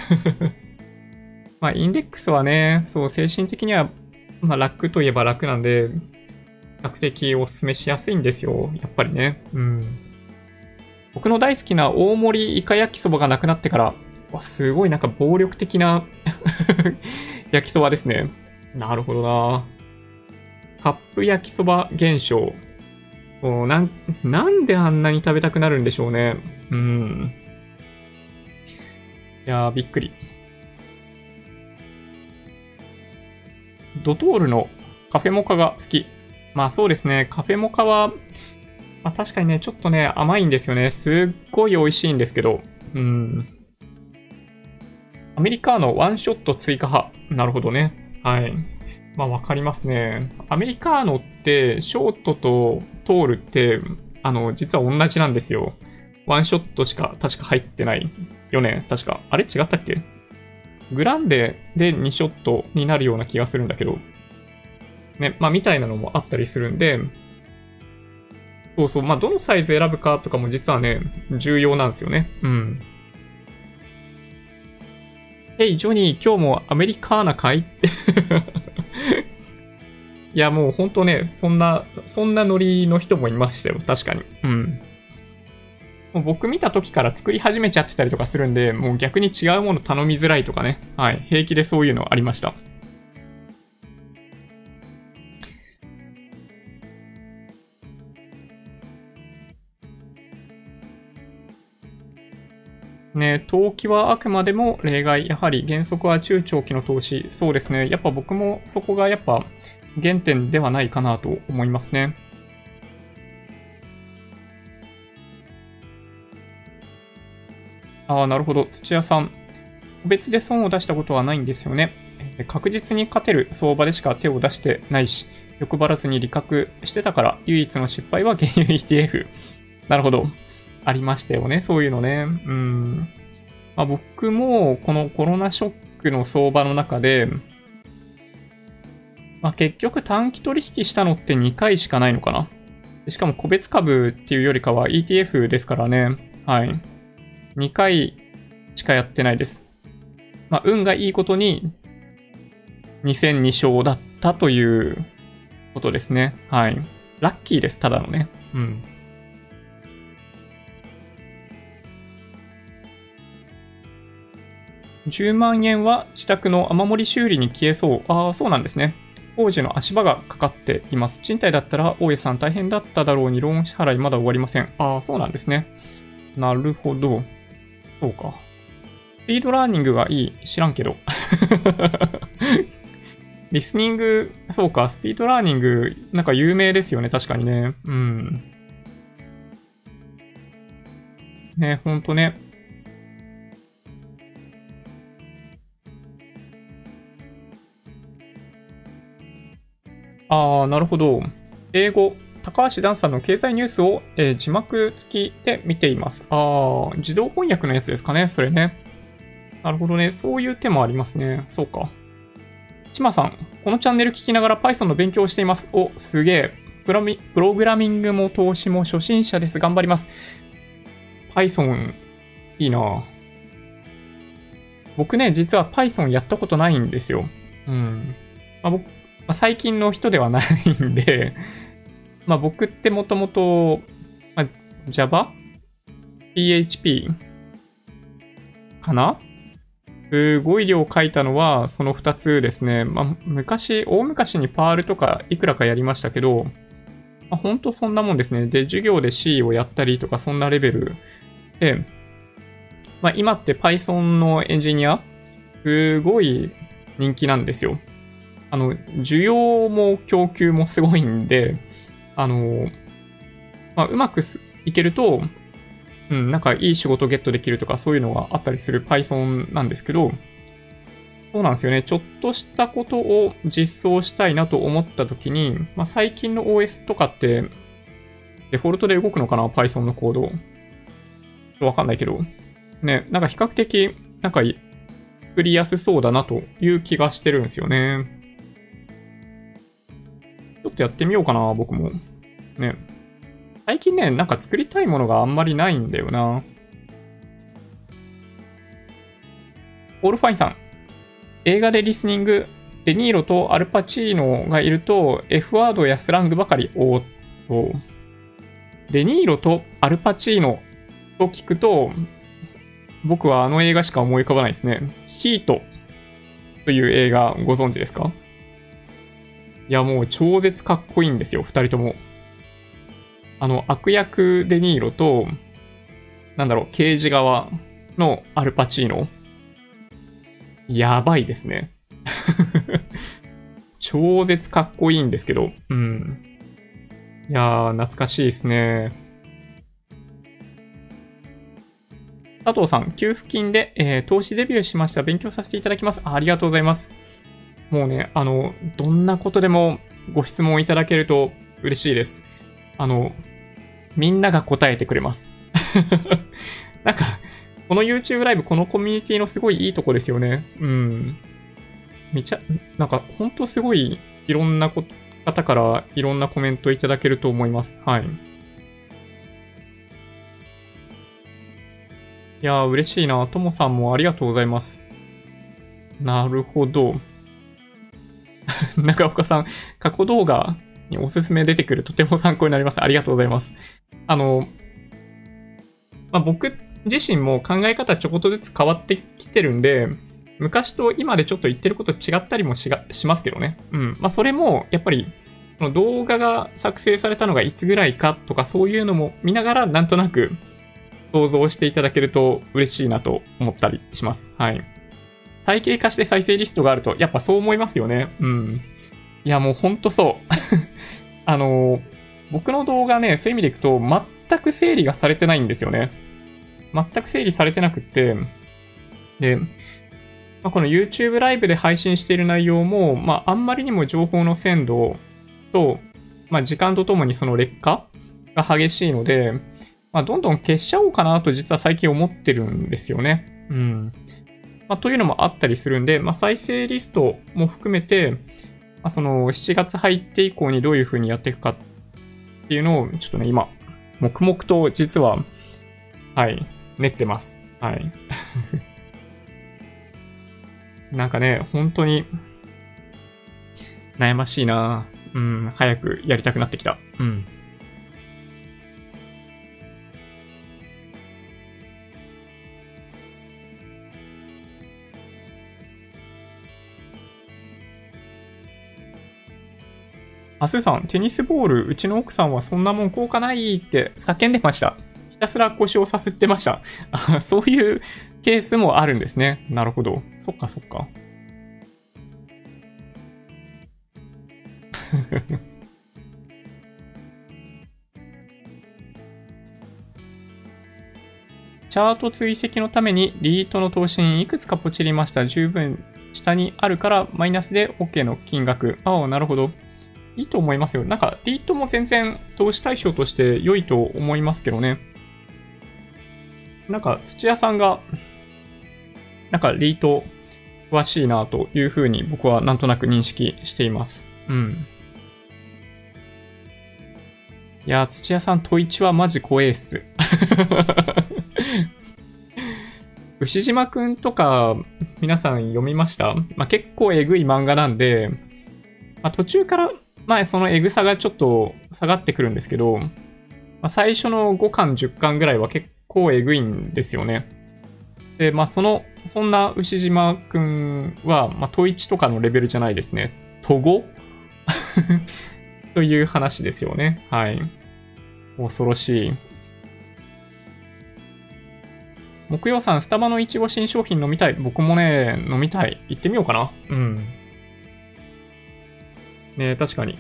まあ、インデックスはね、そう、精神的には、まあ、楽といえば楽なんで、比較的お勧めしやすいんですよ。やっぱりね。うん。僕の大好きな大盛りイカ焼きそばがなくなってから、わ、すごいなんか暴力的な焼きそばですね。なるほどな。カップ焼きそば現象。なんであんなに食べたくなるんでしょうね。うん。いやー、びっくり。ドトールのカフェモカが好き。まあそうですね。カフェモカは、まあ、確かにね、ちょっとね、甘いんですよね。すっごい美味しいんですけど。うん。アメリカーノワンショット追加派。なるほどね。はい。まあわかりますね。アメリカーノって、ショートとトールって、実は同じなんですよ。ワンショットしか確か入ってないよね。確か。あれ違ったっけ？グランデで2ショットになるような気がするんだけど。ね。まあみたいなのもあったりするんで、そうそう。まあどのサイズ選ぶかとかも実はね、重要なんですよね。うん。ヘイ、ジョニー、今日もアメリカーナかいっていや、もうほんとね、そんなノリの人もいましたよ。確かに。うん。もう僕見た時から作り始めちゃってたりとかするんで、もう逆に違うもの頼みづらいとかね。はい。平気でそういうのありました。ね、投機はあくまでも例外。やはり原則は中長期の投資。そうですね。やっぱ僕もそこがやっぱ原点ではないかなと思いますね。ああ、なるほど。土屋さん。個別で損を出したことはないんですよね。確実に勝てる相場でしか手を出してないし、欲張らずに利確してたから、唯一の失敗は原油 ETF。なるほど。ありましたよね。そういうのね。うん。まあ、僕もこのコロナショックの相場の中で、まあ、結局短期取引したのって2回しかないのかな。しかも個別株っていうよりかは ETF ですからね。はい。2回しかやってないです。まあ、運がいいことに2戦2勝だったということですね。はい。ラッキーです、ただのね。うん。10万円は自宅の雨漏り修理に消えそう。ああ、そうなんですね。 王子の足場がかかっています。賃貸だったら、大家さん大変だっただろうに、ローン支払いまだ終わりません。ああ、そうなんですね。なるほど。そうか。スピードラーニングがいい。知らんけど。リスニング、そうか、スピードラーニング、なんか有名ですよね、確かにね。うん。ね、ほんとね。ああ、なるほど。英語、高橋ダンさんの経済ニュースを、字幕付きで見ています。ああ、自動翻訳のやつですかね、それね。なるほどね。そういう手もありますね。そうか。ちまさん、このチャンネル聞きながら Python の勉強をしています。お、すげえ。プログラミングも投資も初心者です。頑張ります。Python、いいな。僕ね、実は Python やったことないんですよ。うん。僕、最近の人ではないんで、僕ってもともと、Java? PHP? かな。すごい量書いたのはその2つですね。大昔にパールとかいくらかやりましたけど、ほんとそんなもんですね。で、授業で C をやったりとか、そんなレベルで、今って Python のエンジニア、すごい人気なんですよ。需要も供給もすごいんで、うまくいけると、なんかいい仕事ゲットできるとか、そういうのがあったりする Python なんですけど、そうなんですよね。ちょっとしたことを実装したいなと思ったときに、最近の OS とかって、デフォルトで動くのかな ?Python のコード。わかんないけど。ね、なんか比較的、なんか作りやすそうだなという気がしてるんですよね。ちょっとやってみようかな、僕も。ね。最近ね、なんか作りたいものがあんまりないんだよな。オールファインさん。映画でリスニング、デニーロとアルパチーノがいると、F ワードやスラングばかり。おっと。デニーロとアルパチーノと聞くと、僕はあの映画しか思い浮かばないですね。ヒートという映画ご存知ですか？いや、もう超絶かっこいいんですよ、二人とも。悪役デニーロと、刑事側のアルパチーノ。やばいですね。超絶かっこいいんですけど、うん。いやー、懐かしいですね。佐藤さん、給付金で、投資デビューしました。勉強させていただきます。ありがとうございます。もうね、どんなことでもご質問いただけると嬉しいです。みんなが答えてくれます。なんか、この YouTube ライブ、このコミュニティのすごいいいとこですよね。うん。なんか、ほんとすごい、いろんな方からいろんなコメントいただけると思います。はい。いやー、嬉しいな。ともさんもありがとうございます。なるほど。中岡さん、過去動画におすすめ出てくる。とても参考になります。ありがとうございます。あの、僕自身も考え方ちょこっとずつ変わってきてるんで、昔と今でちょっと言ってること違ったりもしますけどね。うん。それも、やっぱり、その動画が作成されたのがいつぐらいかとかそういうのも見ながら、なんとなく想像していただけると嬉しいなと思ったりします。はい。体系化して再生リストがあると、やっぱそう思いますよね。うん。いや、もうほんとそう。僕の動画ね、そういう意味でいくと、全く整理がされてないんですよね。全く整理されてなくって、で、この YouTube ライブで配信している内容も、あんまりにも情報の鮮度と、時間とともにその劣化が激しいので、どんどん消しちゃおうかなと実は最近思ってるんですよね。うん。というのもあったりするんで、再生リストも含めて、その7月入って以降にどういう風にやっていくかっていうのを、ちょっとね、今、黙々と実は、はい、練ってます。はい。なんかね、本当に悩ましいな。うん、早くやりたくなってきた。うん。 あ、スーさん、テニスボール、うちの奥さんはそんなもん効果ないって叫んでました。ひたすら腰をさすってました。あ、そういうケースもあるんですね。なるほど。そっかそっか。チャート追跡のためにリートの投資いくつかポチりました。十分下にあるからマイナスで OK の金額。ああ、なるほど。いいと思いますよ。なんか、リートも全然投資対象として良いと思いますけどね。なんか、土屋さんが、なんか、リート詳しいなというふうに僕はなんとなく認識しています。うん。いやー、土屋さん、トイチはマジ怖えっす。牛島くんとか、皆さん読みました？まあ、結構えぐい漫画なんで、まあ、途中から、まあ、そのえぐさがちょっと下がってくるんですけど、まあ、最初の5巻、10巻ぐらいは結構えぐいんですよね。で、まあ、そんな牛島くんは、まあ、トイチとかのレベルじゃないですね。トゴという話ですよね。はい。恐ろしい。木曜さん、スタバのいちご新商品飲みたい。僕もね、飲みたい。行ってみようかな。うん。ね、確かに。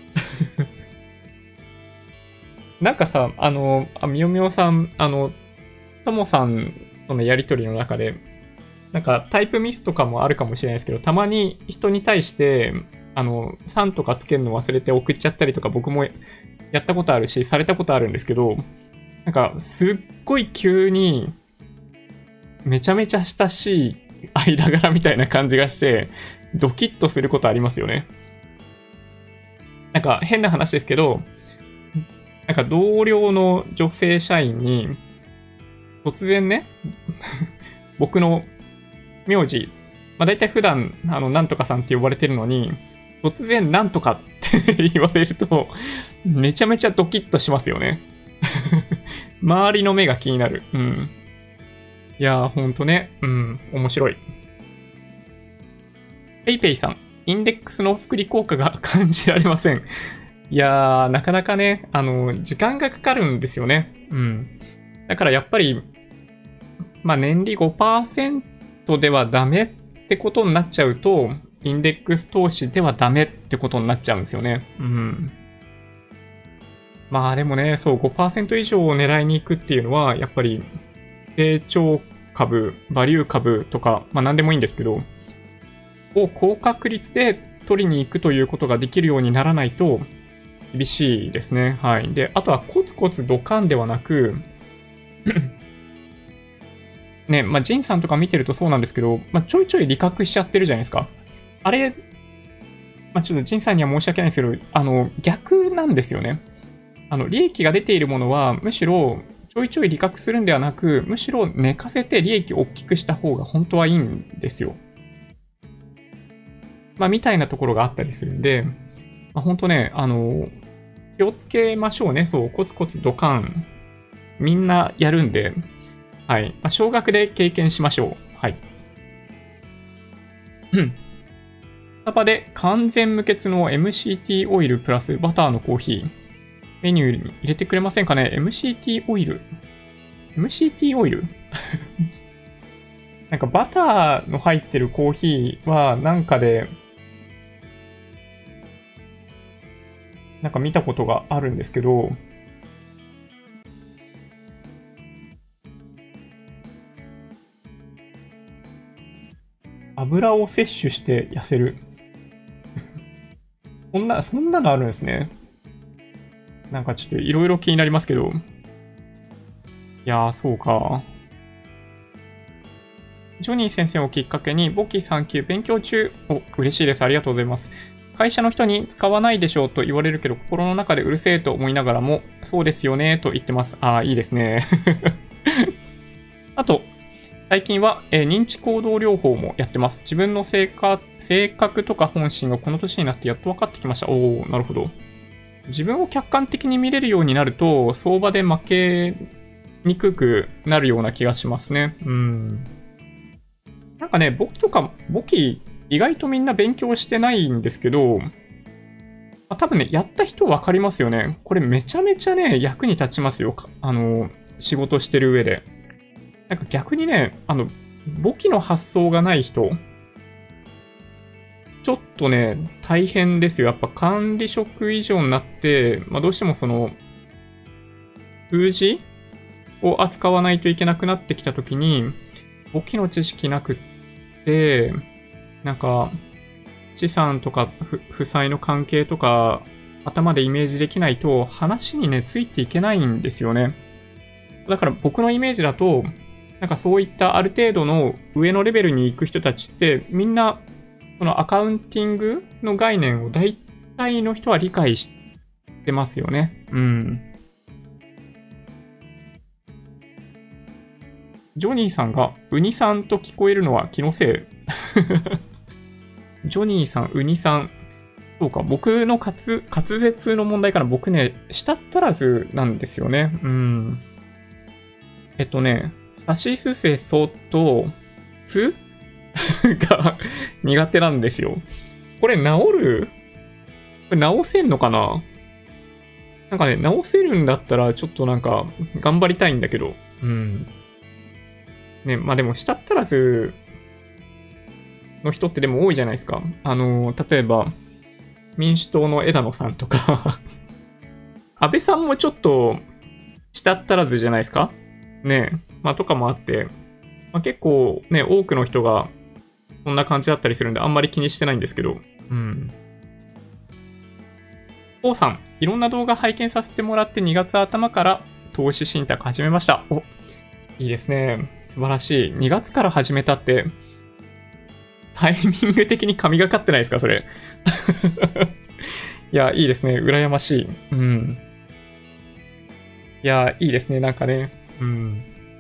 なんかさ、みよみよさん、ともさんとのやりとりの中で、なんかタイプミスとかもあるかもしれないですけど、たまに人に対して、3とかつけるの忘れて送っちゃったりとか僕もやったことあるし、されたことあるんですけど、なんかすっごい急に、めちゃめちゃ親しい間柄みたいな感じがして、ドキッとすることありますよね。なんか変な話ですけど、なんか同僚の女性社員に、突然ね、僕の名字、まあ大体普段、なんとかさんって呼ばれてるのに、突然なんとかって言われると、めちゃめちゃドキッとしますよね。周りの目が気になる。うん。いやー、ほんとね。うん、面白い。ペイペイさん、インデックスの複利効果が感じられません。いやー、なかなかね、時間がかかるんですよね。うん。だからやっぱり、まあ、年利 5% ではダメってことになっちゃうと、インデックス投資ではダメってことになっちゃうんですよね。うん。まあでもね、そう、5% 以上を狙いに行くっていうのは、やっぱり、成長株、バリュー株とか、まあ何でもいいんですけど、を高確率で取りに行くということができるようにならないと、厳しいですね。はい。で、あとはコツコツドカンではなく、ね、まあ、ジンさんとか見てるとそうなんですけど、まあ、ちょいちょい利確しちゃってるじゃないですか。あれ、まあ、ちょっとジンさんには申し訳ないんですけど、逆なんですよね。利益が出ているものは、むしろ、ちょいちょい利確するんではなく、むしろ寝かせて利益を大きくした方が本当はいいんですよ。まあ、みたいなところがあったりするんで、まあ、本当ね、気をつけましょうね。そう、コツコツドカン。みんなやるんで、はい。まあ、少額で経験しましょう。はい。うん。スタバで完全無欠の MCT オイルプラスバターのコーヒー。メニューに入れてくれませんかね？ MCT オイル ?MCT オイルなんかバターの入ってるコーヒーはなんかで、なんか見たことがあるんですけど、油を摂取して痩せる。そんなのあるんですね。なんかちょっといろいろ気になりますけど。いやー、そうか。ジョニー先生をきっかけに、簿記3級勉強中。お、嬉しいです。ありがとうございます。会社の人に使わないでしょうと言われるけど、心の中でうるせえと思いながらも、そうですよねと言ってます。ああ、いいですね。あと、最近は、認知行動療法もやってます。自分の性格とか本心がこの年になってやっと分かってきました。おー、なるほど。自分を客観的に見れるようになると、相場で負けにくくなるような気がしますね。なんかね、簿記意外とみんな勉強してないんですけど、 多分ね、やった人わかりますよね。これめちゃめちゃね、役に立ちますよ。仕事してる上で。なんか逆にね、簿記の発想がない人、ちょっとね、大変ですよ。やっぱ管理職以上になって、どうしてもその、数字を扱わないといけなくなってきたときに、簿記の知識なくって、なんか、資産とか負債の関係とか、頭でイメージできないと、話にね、ついていけないんですよね。だから僕のイメージだと、なんかそういったある程度の上のレベルに行く人たちって、みんな、そのアカウンティングの概念を大体の人は理解してますよね。うん。ジョニーさんがウニさんと聞こえるのは気のせい。ジョニーさん、ウニさん。そうか、僕の滑舌の問題から僕ね、舌足らずなんですよね。うん。さしすせそと、つが苦手なんですよ。これ治る？これ治せんのかな？なんかね、治せるんだったらちょっとなんか頑張りたいんだけど。うん。ね、でも舌足らずの人ってでも多いじゃないですか。例えば、民主党の枝野さんとか安倍さんもちょっと舌足らずじゃないですかねえ。とかもあって、結構ね、多くの人がこんな感じだったりするんで、あんまり気にしてないんですけど。うん。王さん、いろんな動画拝見させてもらって2月頭から投資信託始めました。お、いいですね。素晴らしい。2月から始めたって、タイミング的に神がかってないですか、それ。いや、いいですね。羨ましい。うん。いや、いいですね。なんかね。うん。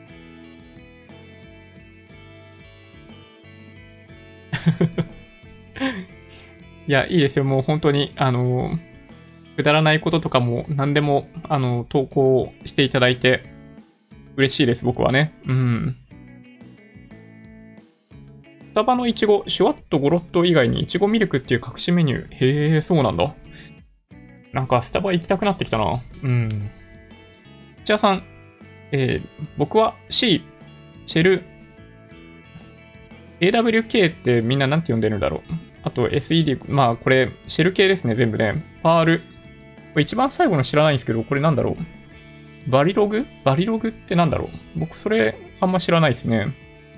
いや、いいですよ。もう本当に、くだらないこととかも何でも、投稿していただいて、嬉しいです、僕はね。うん。スタバのイチゴ、シュワッとゴロッと以外にイチゴミルクっていう隠しメニュー。へえ、そうなんだ。なんかスタバ行きたくなってきたな。うん。千谷さん、僕は C、シェル、AWK ってみんななんて呼んでるんだろう。あと SED、これ、シェル系ですね、全部ね。パール。これ一番最後の知らないんですけど、これなんだろう。バリログってなんだろう。僕それあんま知らないですね。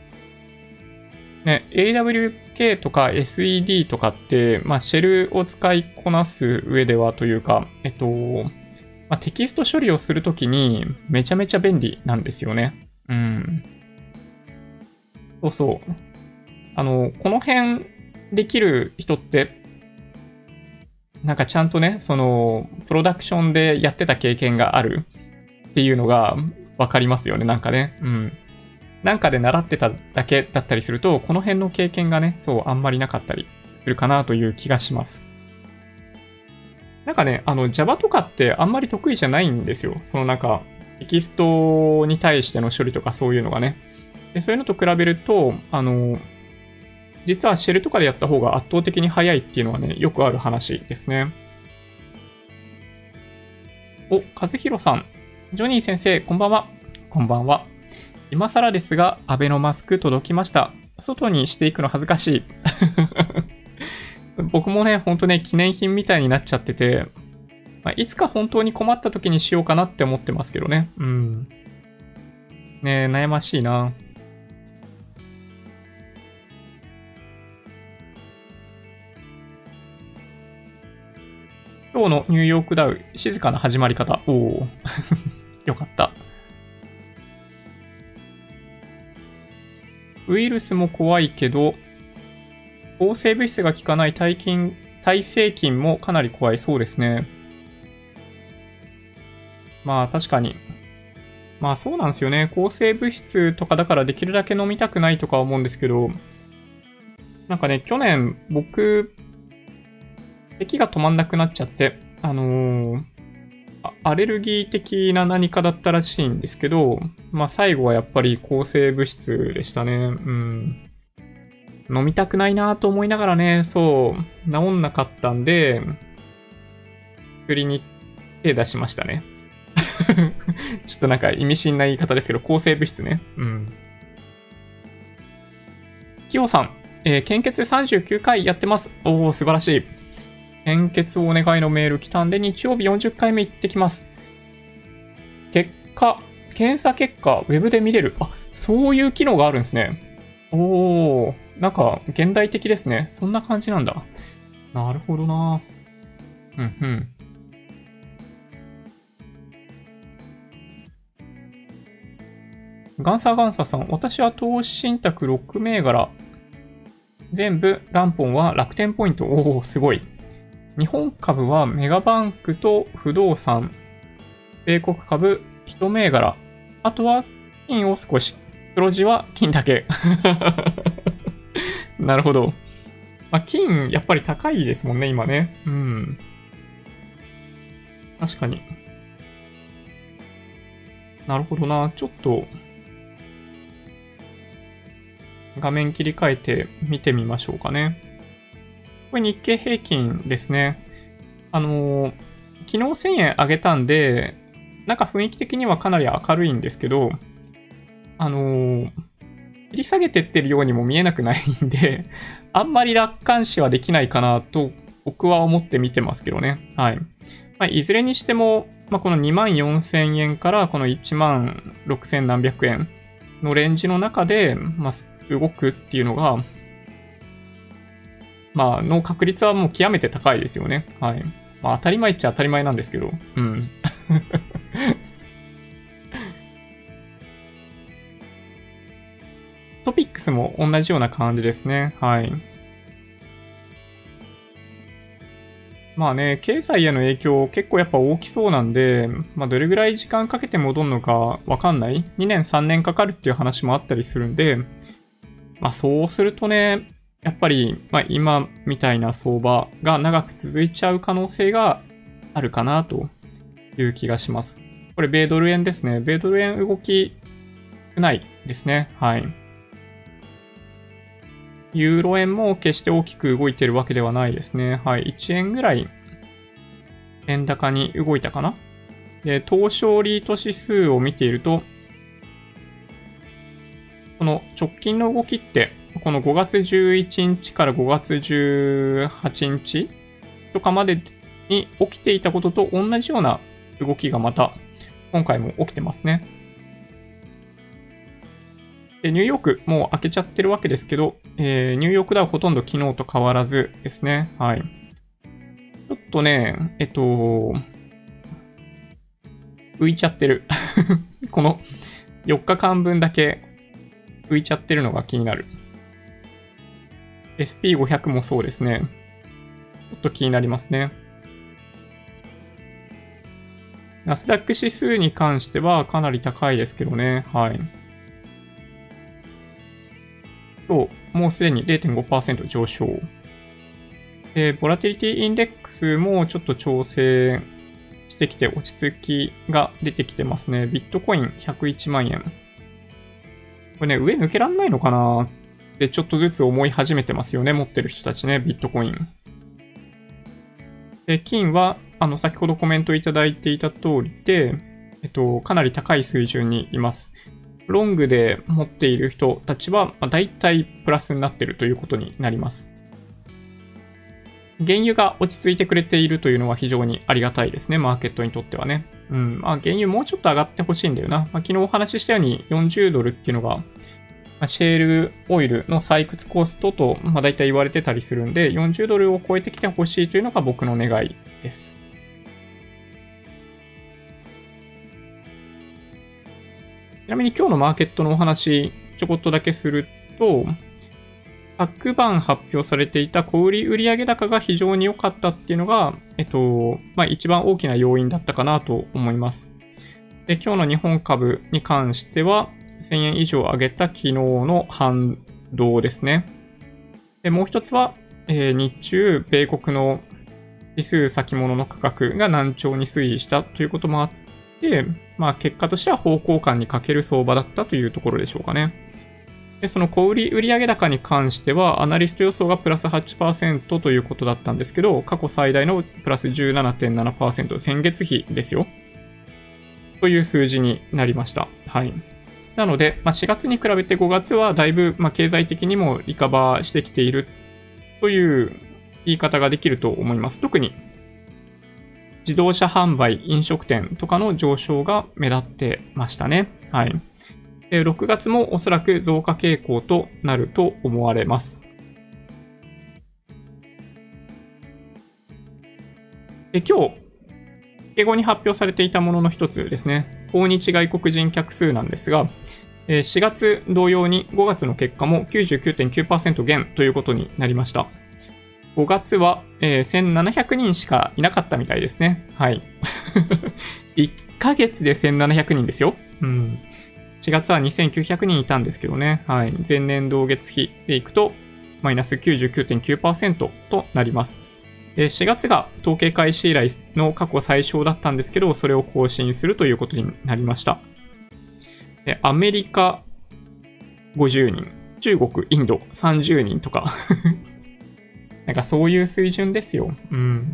ね、AWK とか SED とかって、シェルを使いこなす上ではというか、テキスト処理をするときにめちゃめちゃ便利なんですよね。うん。そうそう。この辺できる人って、なんかちゃんとね、プロダクションでやってた経験があるっていうのがわかりますよね、なんかね。うん。なんかで習ってただけだったりすると、この辺の経験がね、そう、あんまりなかったりするかなという気がします。なんかね、Java とかってあんまり得意じゃないんですよ。なんか、テキストに対しての処理とかそういうのがね。でそういうのと比べると、実はシェルとかでやった方が圧倒的に早いっていうのはね、よくある話ですね。お、和弘さん。ジョニー先生、こんばんは。こんばんは。今更ですが、アベノマスク届きました。外にしていくの恥ずかしい。僕もね、ほんとね、記念品みたいになっちゃってて、いつか本当に困った時にしようかなって思ってますけどね。うん。ねえ、悩ましいな。今日のニューヨークダウ、静かな始まり方。おお。よかった。ウイルスも怖いけど、抗生物質が効かない耐性菌もかなり怖いそうですね。確かに。そうなんですよね。抗生物質とかだからできるだけ飲みたくないとか思うんですけど、なんかね、去年僕、咳が止まんなくなっちゃって、アレルギー的な何かだったらしいんですけど、最後はやっぱり抗生物質でしたね。うん。飲みたくないなと思いながらね、そう、治んなかったんで、 作りに手出しましたね。ちょっとなんか意味深な言い方ですけど、抗生物質ね。うん。キヨさん、献血39回やってます。おー、素晴らしい。献血お願いのメール来たんで、日曜日40回目行ってきます。検査結果、ウェブで見れる。あ、そういう機能があるんですね。おー、なんか現代的ですね。そんな感じなんだ。なるほどな。うんうん。ガンサーさん、私は投資信託6銘柄。全部元本は楽天ポイント。おお、すごい。日本株はメガバンクと不動産。米国株1銘柄。あとは金を少し。黒字は金だけ。なるほど。まあ、金、やっぱり高いですもんね、今ね。うん。確かに。なるほどな。ちょっと、画面切り替えて見てみましょうかね。これ日経平均ですね。昨日1000円上げたんで、なんか雰囲気的にはかなり明るいんですけど、切り下げてってるようにも見えなくないんで、あんまり楽観視はできないかなと僕は思って見てますけどね。はい。まあ、いずれにしても、まあ、この24,000円からこの16,000何百円のレンジの中で、まあ、動くっていうのが、まあ、の確率はもう極めて高いですよね。はい。まあ、当たり前っちゃ当たり前なんですけど、うん。トピックスも同じような感じですね。はい。まあね、経済への影響結構やっぱ大きそうなんで、まあどれぐらい時間かけて戻るのかわかんない。2年3年かかるっていう話もあったりするんで、まあそうするとね、やっぱり、まあ今みたいな相場が長く続いちゃう可能性があるかなという気がします。これ米ドル円ですね。米ドル円動き少ないですね。はい。ユーロ円も決して大きく動いてるわけではないですね。はい。1円ぐらい円高に動いたかな。で、東証リート指数を見ていると、この直近の動きって、この5月11日から5月18日とかまでに起きていたことと同じような動きがまた今回も起きてますね。で、ニューヨークもう開けちゃってるわけですけど、ニューヨークダウほとんど昨日と変わらずですね。はい。ちょっとね、浮いちゃってる。この4日間分だけ浮いちゃってるのが気になる。SP500 もそうですね。ちょっと気になりますね。ナスダック指数に関してはかなり高いですけどね。はい。と、もうすでに 0.5% 上昇。で、ボラティリティインデックスもちょっと調整してきて落ち着きが出てきてますね。ビットコイン101万円。これね、上抜けらんないのかなってちょっとずつ思い始めてますよね。持ってる人たちね、ビットコイン。で、金は、先ほどコメントいただいていた通りで、かなり高い水準にいます。ロングで持っている人たちは、だいたいプラスになっているということになります。原油が落ち着いてくれているというのは非常にありがたいですね、マーケットにとってはね。うん。まあ、原油もうちょっと上がってほしいんだよな。まあ、昨日お話ししたように40ドルっていうのが、シェールオイルの採掘コストと、まあ、大体言われてたりするんで、40ドルを超えてきてほしいというのが僕の願いです。ちなみに今日のマーケットのお話、ちょこっとだけすると、昨晩発表されていた小売売上高が非常に良かったっていうのが、まあ、一番大きな要因だったかなと思います。で、今日の日本株に関しては、1000円以上上げた昨日の反動ですね。で、もう一つは、日中、米国の指数先物の価格が軟調に推移したということもあって、まあ結果としては方向感に欠ける相場だったというところでしょうかね。 で、その小売売上高に関しては、アナリスト予想がプラス 8% ということだったんですけど、過去最大のプラス 17.7%、先月比ですよ。という数字になりました。はい。なので、4月に比べて5月はだいぶ、経済的にもリカバーしてきているという言い方ができると思います。特に自動車販売、飲食店とかの上昇が目立ってましたね。はい。6月もおそらく増加傾向となると思われます。今日、英語に発表されていたものの一つですね。訪日外国人客数なんですが、4月同様に5月の結果も 99.9% 減ということになりました。5月は、1700人しかいなかったみたいですね。はい。1ヶ月で1700人ですよ。うん。4月は2900人いたんですけどね。はい。前年同月比でいくと、マイナス 99.9% となります。4月が統計開始以来の過去最小だったんですけど、それを更新するということになりました。アメリカ50人、中国、インド30人とかなんかそういう水準ですよ。うん。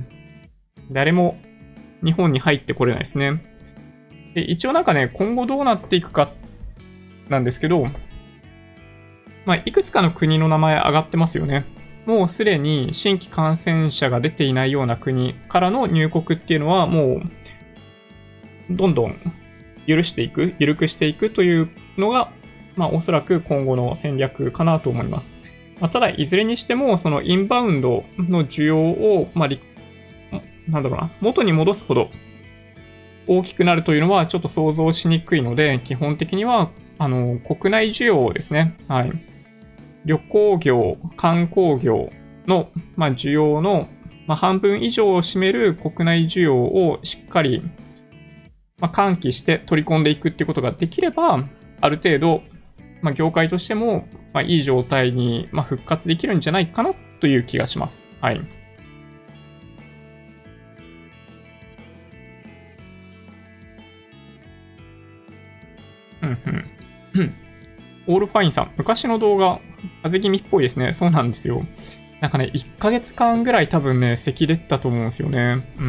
誰も日本に入ってこれないですね。で、一応なんかね、今後どうなっていくかなんですけど、いくつかの国の名前上がってますよね。もうすでに新規感染者が出ていないような国からの入国っていうのはもう、どんどん緩くしていくというのが、おそらく今後の戦略かなと思います。ただ、いずれにしても、そのインバウンドの需要を、元に戻すほど大きくなるというのはちょっと想像しにくいので、基本的には、国内需要ですね。はい。旅行業、観光業の、需要の、半分以上を占める国内需要をしっかり、喚起して取り込んでいくっていうことができれば、ある程度、業界としても、いい状態に、復活できるんじゃないかなという気がします。はい。オールファインさん、昔の動画、風邪気味っぽいですね。そうなんですよ。なんかね、1ヶ月間ぐらい多分ね、咳出たと思うんですよね。うん。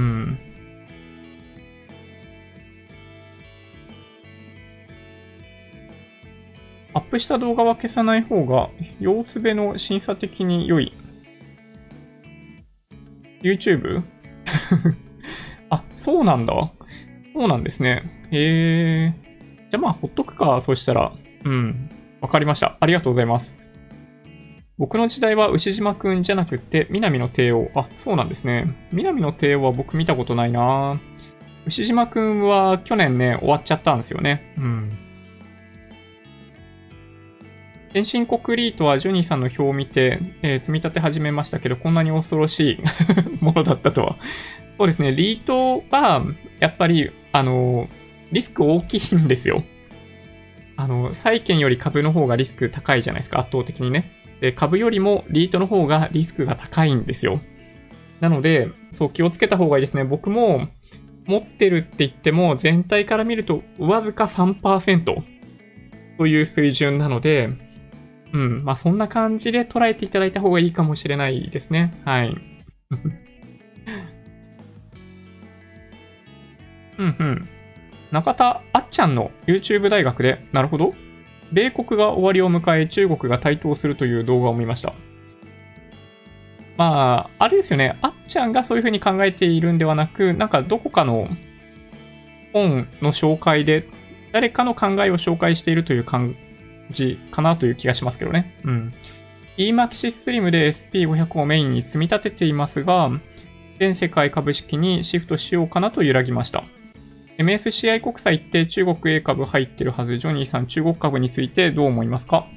アップした動画は消さない方が、腰つべの審査的に良い。YouTube? あ、そうなんだ。そうなんですね。へえ。じゃあほっとくか、そうしたら。うん。わかりました。ありがとうございます。僕の時代は牛島くんじゃなくて、南の帝王。あ、そうなんですね。南の帝王は僕見たことないな。牛島くんは去年ね、終わっちゃったんですよね。うん。先進国リートはジョニーさんの表を見て、積み立て始めましたけど、こんなに恐ろしいものだったとは。そうですね、リートは、やっぱり、リスク大きいんですよ。債券より株の方がリスク高いじゃないですか、圧倒的にね。で、株よりもリートの方がリスクが高いんですよ。なので、そう、気をつけた方がいいですね。僕も、持ってるって言っても、全体から見ると、わずか 3% という水準なので、うん、そんな感じで捉えていただいた方がいいかもしれないですね。はい。うんうん。中田あっちゃんの YouTube 大学で、なるほど。米国が終わりを迎え、中国が台頭するという動画を見ました。あれですよね。あっちゃんがそういう風に考えているんではなく、なんかどこかの本の紹介で、誰かの考えを紹介しているという感じかなという気がしますけどね。うん。EMAXIS Slim で SP500 をメインに積み立てていますが、全世界株式にシフトしようかなと揺らぎました。MSCI 国債って中国 A 株入ってるはず。ジョニーさん、中国株についてどう思いますか？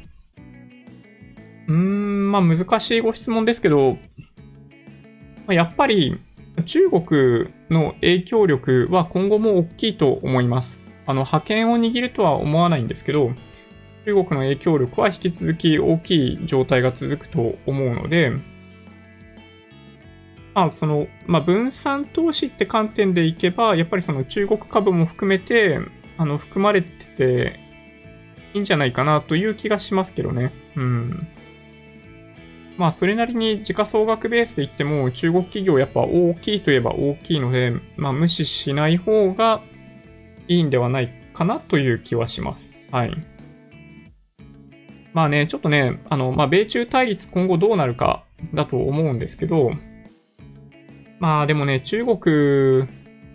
難しいご質問ですけど、やっぱり中国の影響力は今後も大きいと思います。覇権を握るとは思わないんですけど、中国の影響力は引き続き大きい状態が続くと思うので、分散投資って観点でいけば、やっぱりその中国株も含めて、含まれてていいんじゃないかなという気がしますけどね。うん。まあ、それなりに時価総額ベースで言っても、中国企業やっぱ大きいといえば大きいので、まあ、無視しない方がいいんではないかなという気はします。はい。まあね、ちょっとね、まあ、米中対立今後どうなるかだと思うんですけど、まあでもね、中国、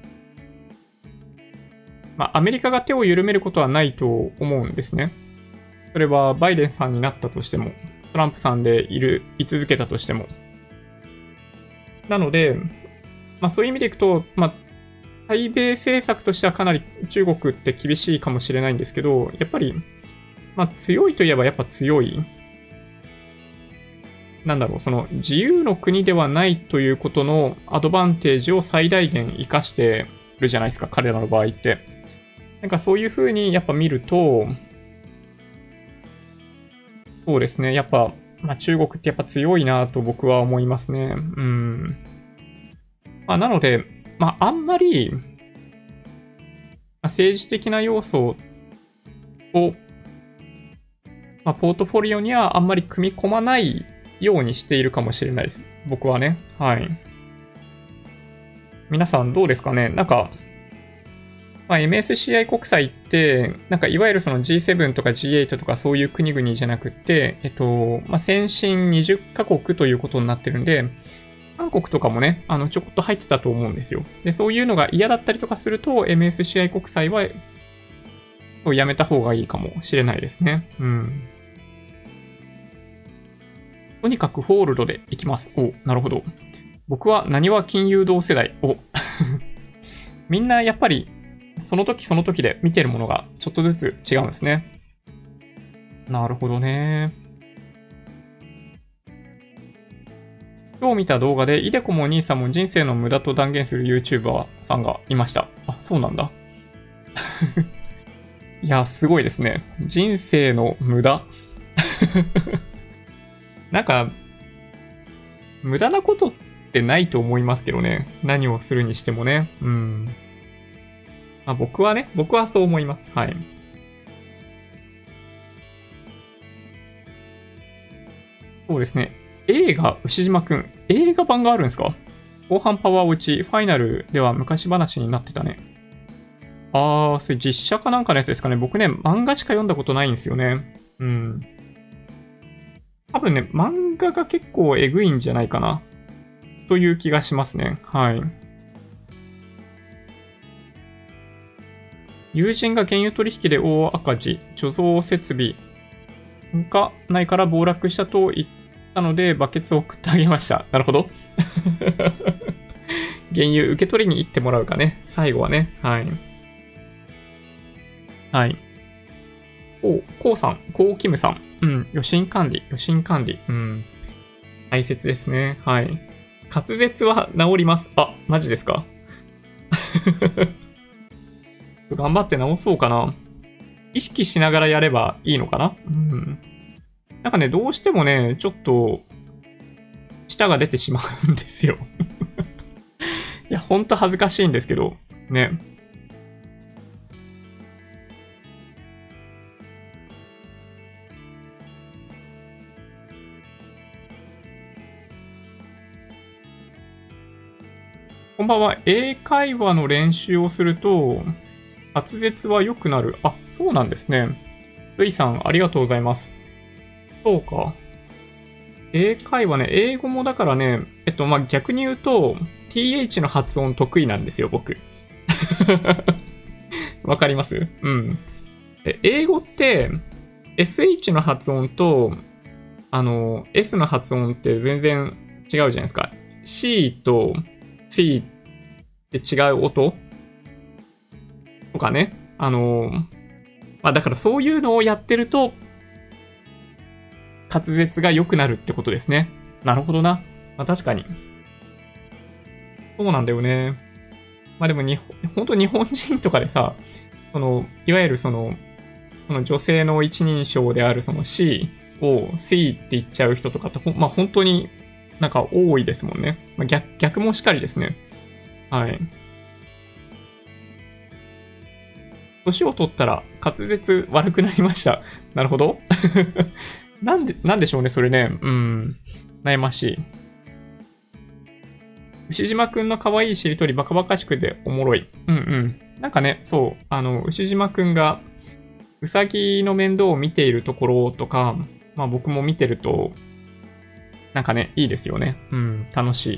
まあアメリカが手を緩めることはないと思うんですね。それはバイデンさんになったとしても、トランプさんで居続けたとしても。なので、まあそういう意味でいくと、まあ対米政策としてはかなり中国って厳しいかもしれないんですけど、やっぱり、まあ強いといえばやっぱ強い。なんだろう、その自由の国ではないということのアドバンテージを最大限活かしてるじゃないですか、彼らの場合って。なんかそういう風にやっぱ見ると、そうですね、やっぱ、まあ、中国ってやっぱ強いなと僕は思いますね。うん。まあ、なので、まあ、あんまり、まあ政治的な要素を、まあ、ポートフォリオにはあんまり組み込まないようにしているかもしれないです。僕はね。はい。皆さんどうですかね。なんか、まあ、MSCI 国債って、なんかいわゆるその G7 とか G8 とかそういう国々じゃなくて、まあ、先進20カ国ということになってるんで、韓国とかもね、ちょこっと入ってたと思うんですよ。で、そういうのが嫌だったりとかすると、MSCI 国債はやめた方がいいかもしれないですね。うん。とにかくホールドでいきます。お、なるほど。僕は何は金融同世代。お、みんなやっぱりその時その時で見てるものがちょっとずつ違うんですね。なるほどね。今日見た動画で、イデコも兄さんも人生の無駄と断言する YouTuber さんがいました。あ、そうなんだ。いや、すごいですね。人生の無駄なんか、無駄なことってないと思いますけどね。何をするにしてもね。うん。まあ、僕はそう思います。はい。そうですね。映画、牛島くん。映画版があるんですか？後半パワー落ち、ファイナルでは昔話になってたね。それ実写かなんかのやつですかね。僕ね、漫画しか読んだことないんですよね。うん。多分ね、漫画が結構えぐいんじゃないかな。という気がしますね。はい。友人が原油取引で大赤字、貯蔵設備がないから暴落したと言ったので、バケツを送ってあげました。なるほど。原油受け取りに行ってもらうかね。最後はね。はい。はい。こうさん、こうキムさん。うん。余震管理、余震管理。うん。大切ですね。はい。滑舌は治ります。あ、マジですか？頑張って直そうかな。意識しながらやればいいのかな。うん。なんかね、どうしてもね、ちょっと、舌が出てしまうんですよ。いや、ほんと恥ずかしいんですけど、ね。こんばんは。英会話の練習をすると、滑舌は良くなる。あ、そうなんですね。ルイさん、ありがとうございます。そうか。英会話ね、英語もだからね、まあ、逆に言うと、th の発音得意なんですよ、僕。わかります？うん。英語って、sh の発音と、s の発音って全然違うじゃないですか。c と c って違う音とかね。まあだからそういうのをやってると、滑舌が良くなるってことですね。なるほどな。まあ確かに。そうなんだよね。まあでも本当日本人とかでさ、いわゆるその女性の一人称であるその C を C って言っちゃう人とかってまあ本当になんか多いですもんね。まあ、逆もしかりですね。はい。 年を取ったら滑舌悪くなりました。なるほど。なんでしょうね、それね。悩ましい。牛島くんの可愛いしりとりバカバカしくておもろい。なんかね、そう、牛島くんがうさぎの面倒を見ているところとか、まあ僕も見てると、なんかね、いいですよね。楽しい。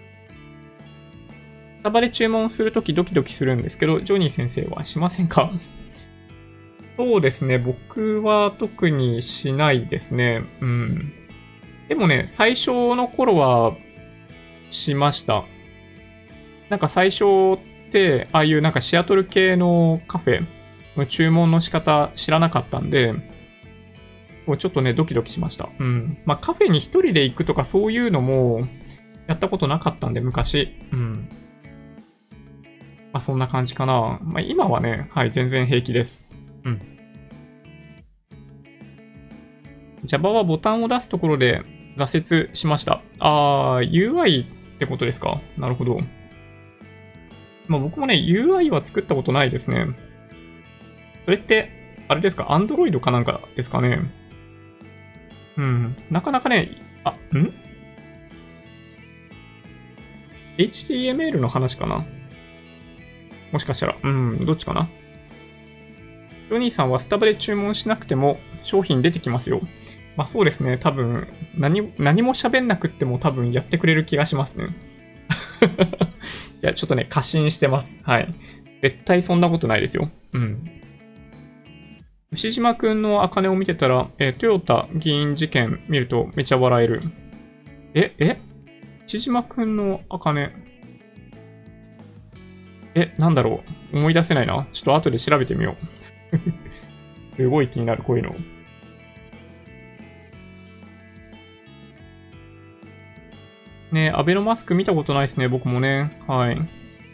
スタバで注文するときドキドキするんですけど、ジョニー先生はしませんか？そうですね、僕は特にしないですね。でもね、最初の頃はしました。なんか最初って、ああいうなんかシアトル系のカフェの注文の仕方知らなかったんで、もうちょっとね、ドキドキしました。まあカフェに一人で行くとかそういうのもやったことなかったんで、昔。まあそんな感じかな。まあ今はね、はい、全然平気です。Java はボタンを出すところで挫折しました。UI ってことですか？なるほど。まあ僕もね、UI は作ったことないですね。それって、あれですか？ Android かなんかですかね？なかなかね、HTML の話かな？もしかしたら。どっちかな？ジョニーさんはスタバで注文しなくても商品出てきますよ。まあそうですね。多分、何も喋んなくっても多分やってくれる気がしますね。いや、ちょっとね、過信してます。はい。絶対そんなことないですよ。牛島くんの茜を見てたら、トヨタ議員事件見るとめちゃ笑える。牛島くんの茜。なんだろう。思い出せないな。ちょっと後で調べてみよう。すごい気になる、こういうの。ね、アベノマスク見たことないですね、僕もね。はい。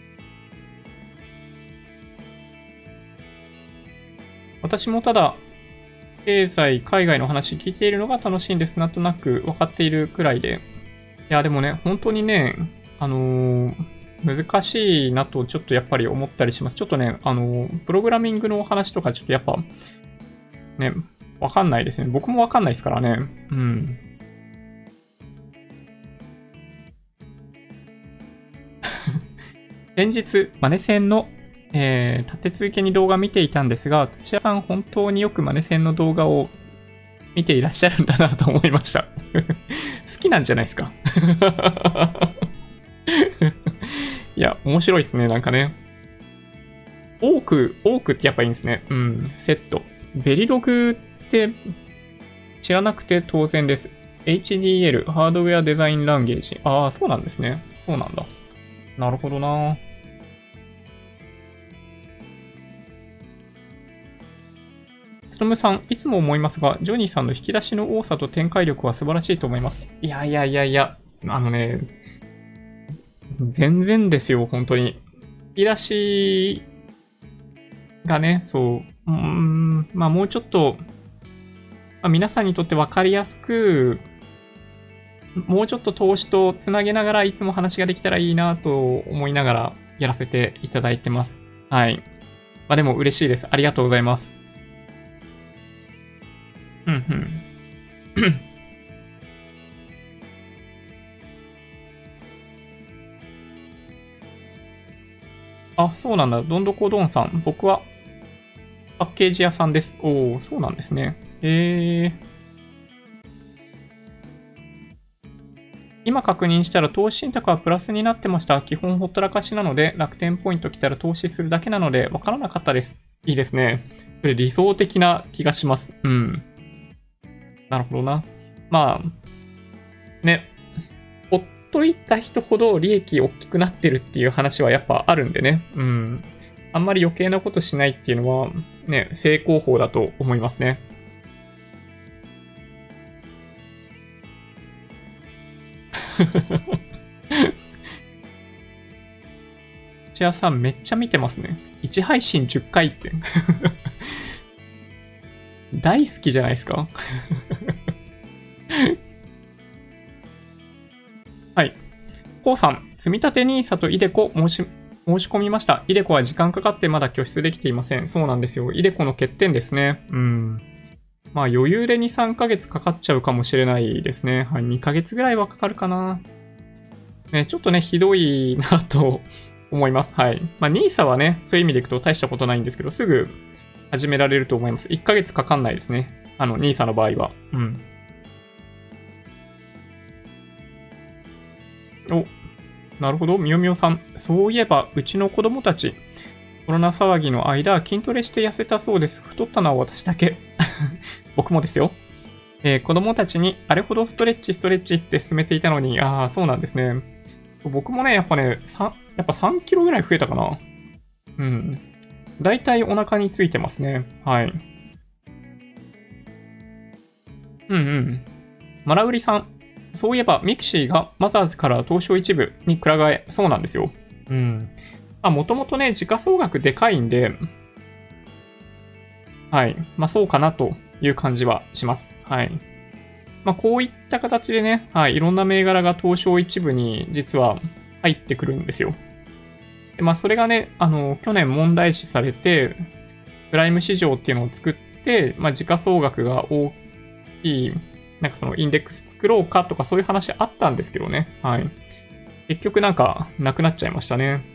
私もただ、経済、海外の話聞いているのが楽しいんです。なんとなく分かっているくらいで。いや、でもね、本当にね、難しいなとちょっとやっぱり思ったりします。ちょっとね、プログラミングの話とかちょっとやっぱ、ね、わかんないですね。僕もわかんないですからね。先日、マネセンの、立て続けに動画見ていたんですが、土屋さん本当によくマネセンの動画を見ていらっしゃるんだなと思いました。好きなんじゃないですか。いや、面白いですね、なんかね。多くってやっぱいいんですね。セット。ベリログって知らなくて当然です。HDL、ハードウェアデザインランゲージ。そうなんですね。そうなんだ。なるほどな。つとむさん、いつも思いますが、ジョニーさんの引き出しの多さと展開力は素晴らしいと思います。いや、全然ですよ、本当に。引き出しがね、そう、まあもうちょっと、皆さんにとって分かりやすく、もうちょっと投資とつなげながらいつも話ができたらいいなと思いながらやらせていただいてます。はい。まあでも嬉しいです。ありがとうございます。そうなんだ。どんどこどんさん。僕はパッケージ屋さんです。そうなんですね。今確認したら投資信託はプラスになってました。基本ほったらかしなので、楽天ポイント来たら投資するだけなので、わからなかったです。いいですね。これ理想的な気がします。なるほどな。まあ、ね、ほっといた人ほど利益大きくなってるっていう話はやっぱあるんでね。あんまり余計なことしないっていうのは、ね、成功法だと思いますね。土屋さんめっちゃ見てますね。1配信10回って。大好きじゃないですか。はい。こうさん、積立 NISA とイデコ申し申し込みました。イデコは時間かかってまだ拠出できていません。そうなんですよ。イデコの欠点ですね。うん。まあ余裕で2、3ヶ月かかっちゃうかもしれないですね。はい。2ヶ月ぐらいはかかるかな。ね、ちょっとね、ひどいなと思います。はい。まあ NISA はね、そういう意味でいくと大したことないんですけど、すぐ始められると思います。1ヶ月かかんないですね。NISA の場合は。うん。お、なるほど。みよみよさん。そういえば、うちの子供たち、コロナ騒ぎの間、筋トレして痩せたそうです。太ったのは私だけ。僕もですよ。子供たちにあれほどストレッチ、ストレッチって進めていたのに、ああ、そうなんですね。僕もね、やっぱね、やっぱ3キロぐらい増えたかな。うん。だいたいお腹についてますね。はい。うんうん。マラウリさん。そういえば、ミクシーがマザーズから東証一部にくら替え。そうなんですよ。うん。もともとね、時価総額でかいんで、はい。まあそうかなという感じはします。はい。まあこういった形でね、はい。いろんな銘柄が東証一部に実は入ってくるんですよ。でまあそれがね、去年問題視されて、プライム市場っていうのを作って、まあ時価総額が大きい、なんかそのインデックス作ろうかとかそういう話あったんですけどね。はい。結局なんかなくなっちゃいましたね。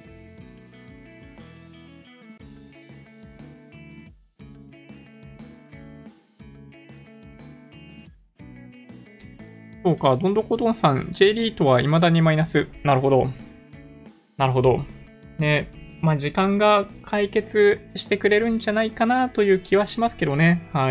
そうか、どんどこどんさん、J リートは未だにマイナス。なるほど。なるほど。ね、まあ時間が解決してくれるんじゃないかなという気はしますけどね。はい。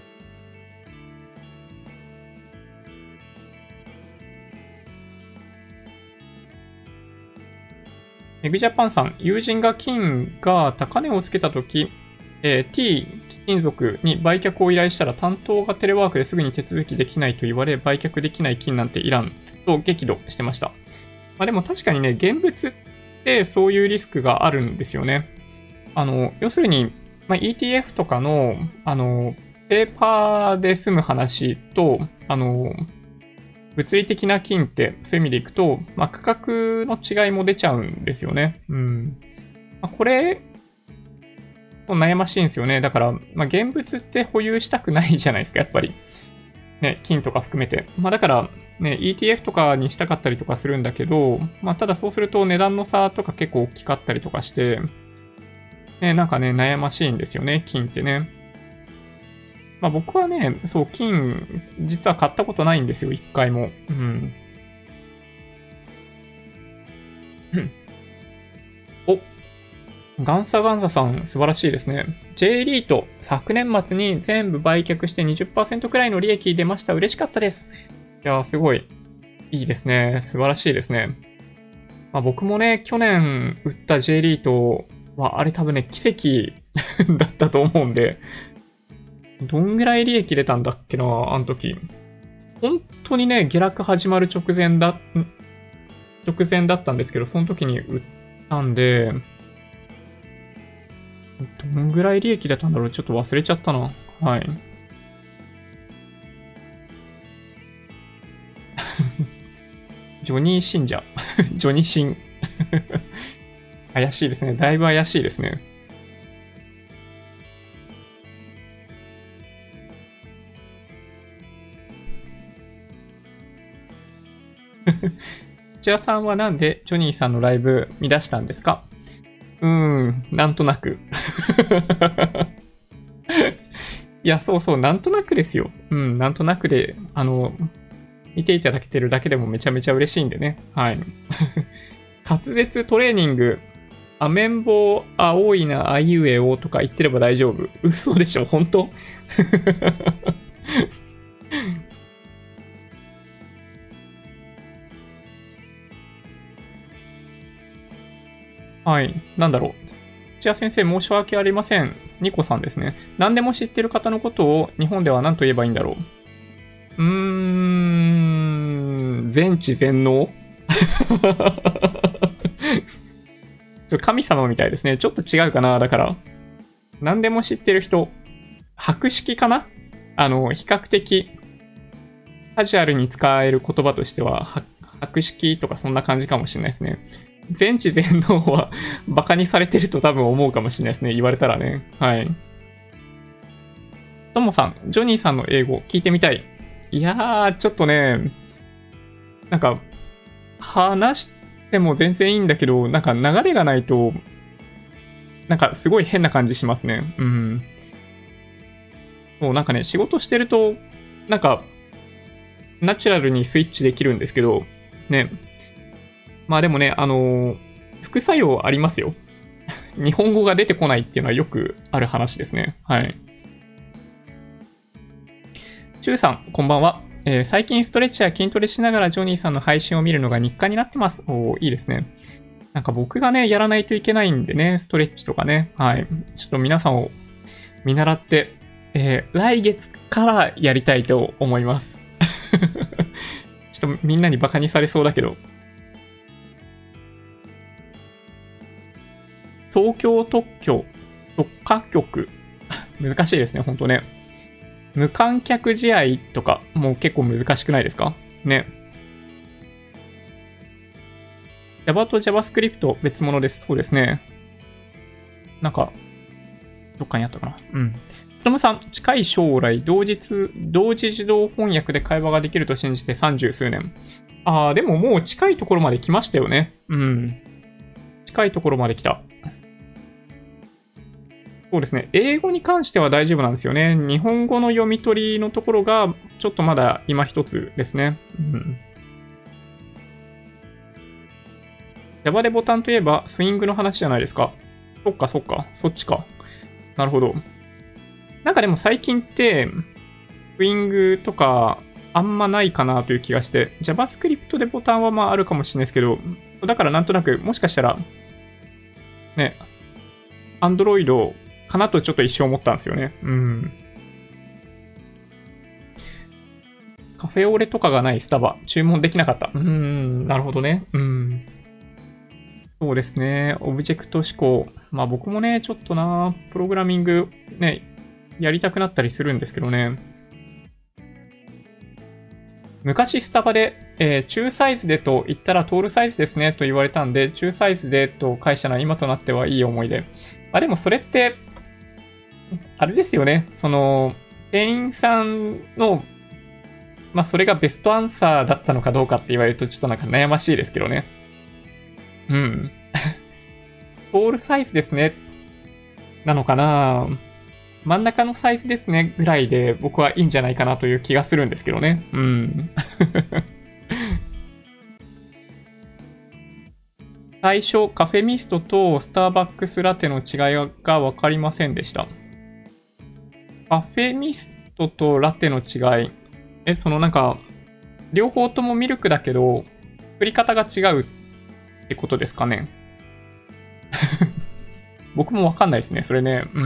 メグジャパンさん、友人が金が高値をつけたとき、T 貴金属に売却を依頼したら担当がテレワークですぐに手続きできないと言われ、売却できない金なんていらんと激怒してました。まあでも確かにね、現物ってそういうリスクがあるんですよね。要するに、まあ、ETF とかの、ペーパーで済む話と、物理的な金って、そういう意味でいくと、まあ、価格の違いも出ちゃうんですよね。うん。まあ、これ、悩ましいんですよね。だから、まあ、現物って保有したくないじゃないですか、やっぱり。ね、金とか含めて。まあ、だから、ね、ETF とかにしたかったりとかするんだけど、まあ、ただそうすると値段の差とか結構大きかったりとかして、ね、なんかね、悩ましいんですよね、金ってね。まあ僕はね、そう、金、実は買ったことないんですよ、一回も。うん。お、ガンサガンサさん、素晴らしいですね。J リート、昨年末に全部売却して20%くらいの利益出ました。嬉しかったです。いやー、すごい、いいですね。素晴らしいですね。まあ僕もね、去年売った J リートは、あれ多分ね、奇跡だったと思うんで、どんぐらい利益出たんだっけな、あの時。本当にね、下落始まる直前だったんですけど、その時に売ったんで、どんぐらい利益出たんだろうちょっと忘れちゃったな。はい。ジョニー信者。ジョニシン。怪しいですね。だいぶ怪しいですね。土屋さんはなんでジョニーさんのライブ見出したんですか？なんとなく。いや、そうそう、なんとなくですよ。なんとなくで、見ていただけてるだけでもめちゃめちゃ嬉しいんでね。はい。滑舌トレーニング、アメンボ青いなあいうえおとか言ってれば大丈夫。嘘でしょ、本当？はい。なんだろう。土屋先生、申し訳ありません。ニコさんですね。何でも知ってる方のことを日本では何と言えばいいんだろう。全知全能神様みたいですね。ちょっと違うかな。だから、何でも知ってる人、博識かな。比較的カジュアルに使える言葉としては、博識とかそんな感じかもしれないですね。 全知全能はバカにされてると多分思うかもしれないですね。言われたらね。はい。ともさん、ジョニーさんの英語聞いてみたい。いやー、ちょっとね、なんか、話しても全然いいんだけど、なんか流れがないと、なんかすごい変な感じしますね。うん。もうなんかね、仕事してると、なんか、ナチュラルにスイッチできるんですけど、ね。まあでもね、副作用ありますよ。日本語が出てこないっていうのはよくある話ですね。はい。チューさん、こんばんは。最近ストレッチや筋トレしながらジョニーさんの配信を見るのが日課になってます。いいですね。なんか僕がね、やらないといけないんでね、ストレッチとかね。はい。ちょっと皆さんを見習って、来月からやりたいと思います。ちょっとみんなにバカにされそうだけど。東京特許特化局。難しいですね、ほんとね。無観客試合とか、もう結構難しくないですかね。Java と JavaScript 別物です。そうですね。なんか、どっかにあったかな。うん。つのむさん、近い将来、同時自動翻訳で会話ができると信じて30数年。でももう近いところまで来ましたよね。うん。近いところまで来た。そうですね。英語に関しては大丈夫なんですよね。日本語の読み取りのところが、ちょっとまだ今一つですね。うん。Java でボタンといえば、スイングの話じゃないですか。そっかそっか。そっちか。なるほど。なんかでも最近って、スイングとか、あんまないかなという気がして、JavaScript でボタンはまああるかもしれないですけど、だからなんとなく、もしかしたら、ね、Android かなとちょっと一瞬思ったんですよね。うん。カフェオレとかがないスタバ、注文できなかった。なるほどね。そうですね。オブジェクト思考。まあ僕もね、ちょっとな、プログラミング、ね、やりたくなったりするんですけどね。昔スタバで、中サイズでと言ったらトールサイズですねと言われたんで、中サイズでと返したのは今となってはいい思い出。でもそれって、あれですよね。店員さんの、それがベストアンサーだったのかどうかって言われるとちょっとなんか悩ましいですけどね。うん。トールサイズですね。なのかな真ん中のサイズですねぐらいで僕はいいんじゃないかなという気がするんですけどね。うん。最初、カフェミストとスターバックスラテの違いが分かりませんでした。カフェミストとラテの違い。なんか、両方ともミルクだけど、作り方が違うってことですかね。僕も分かんないですね、それね。うん。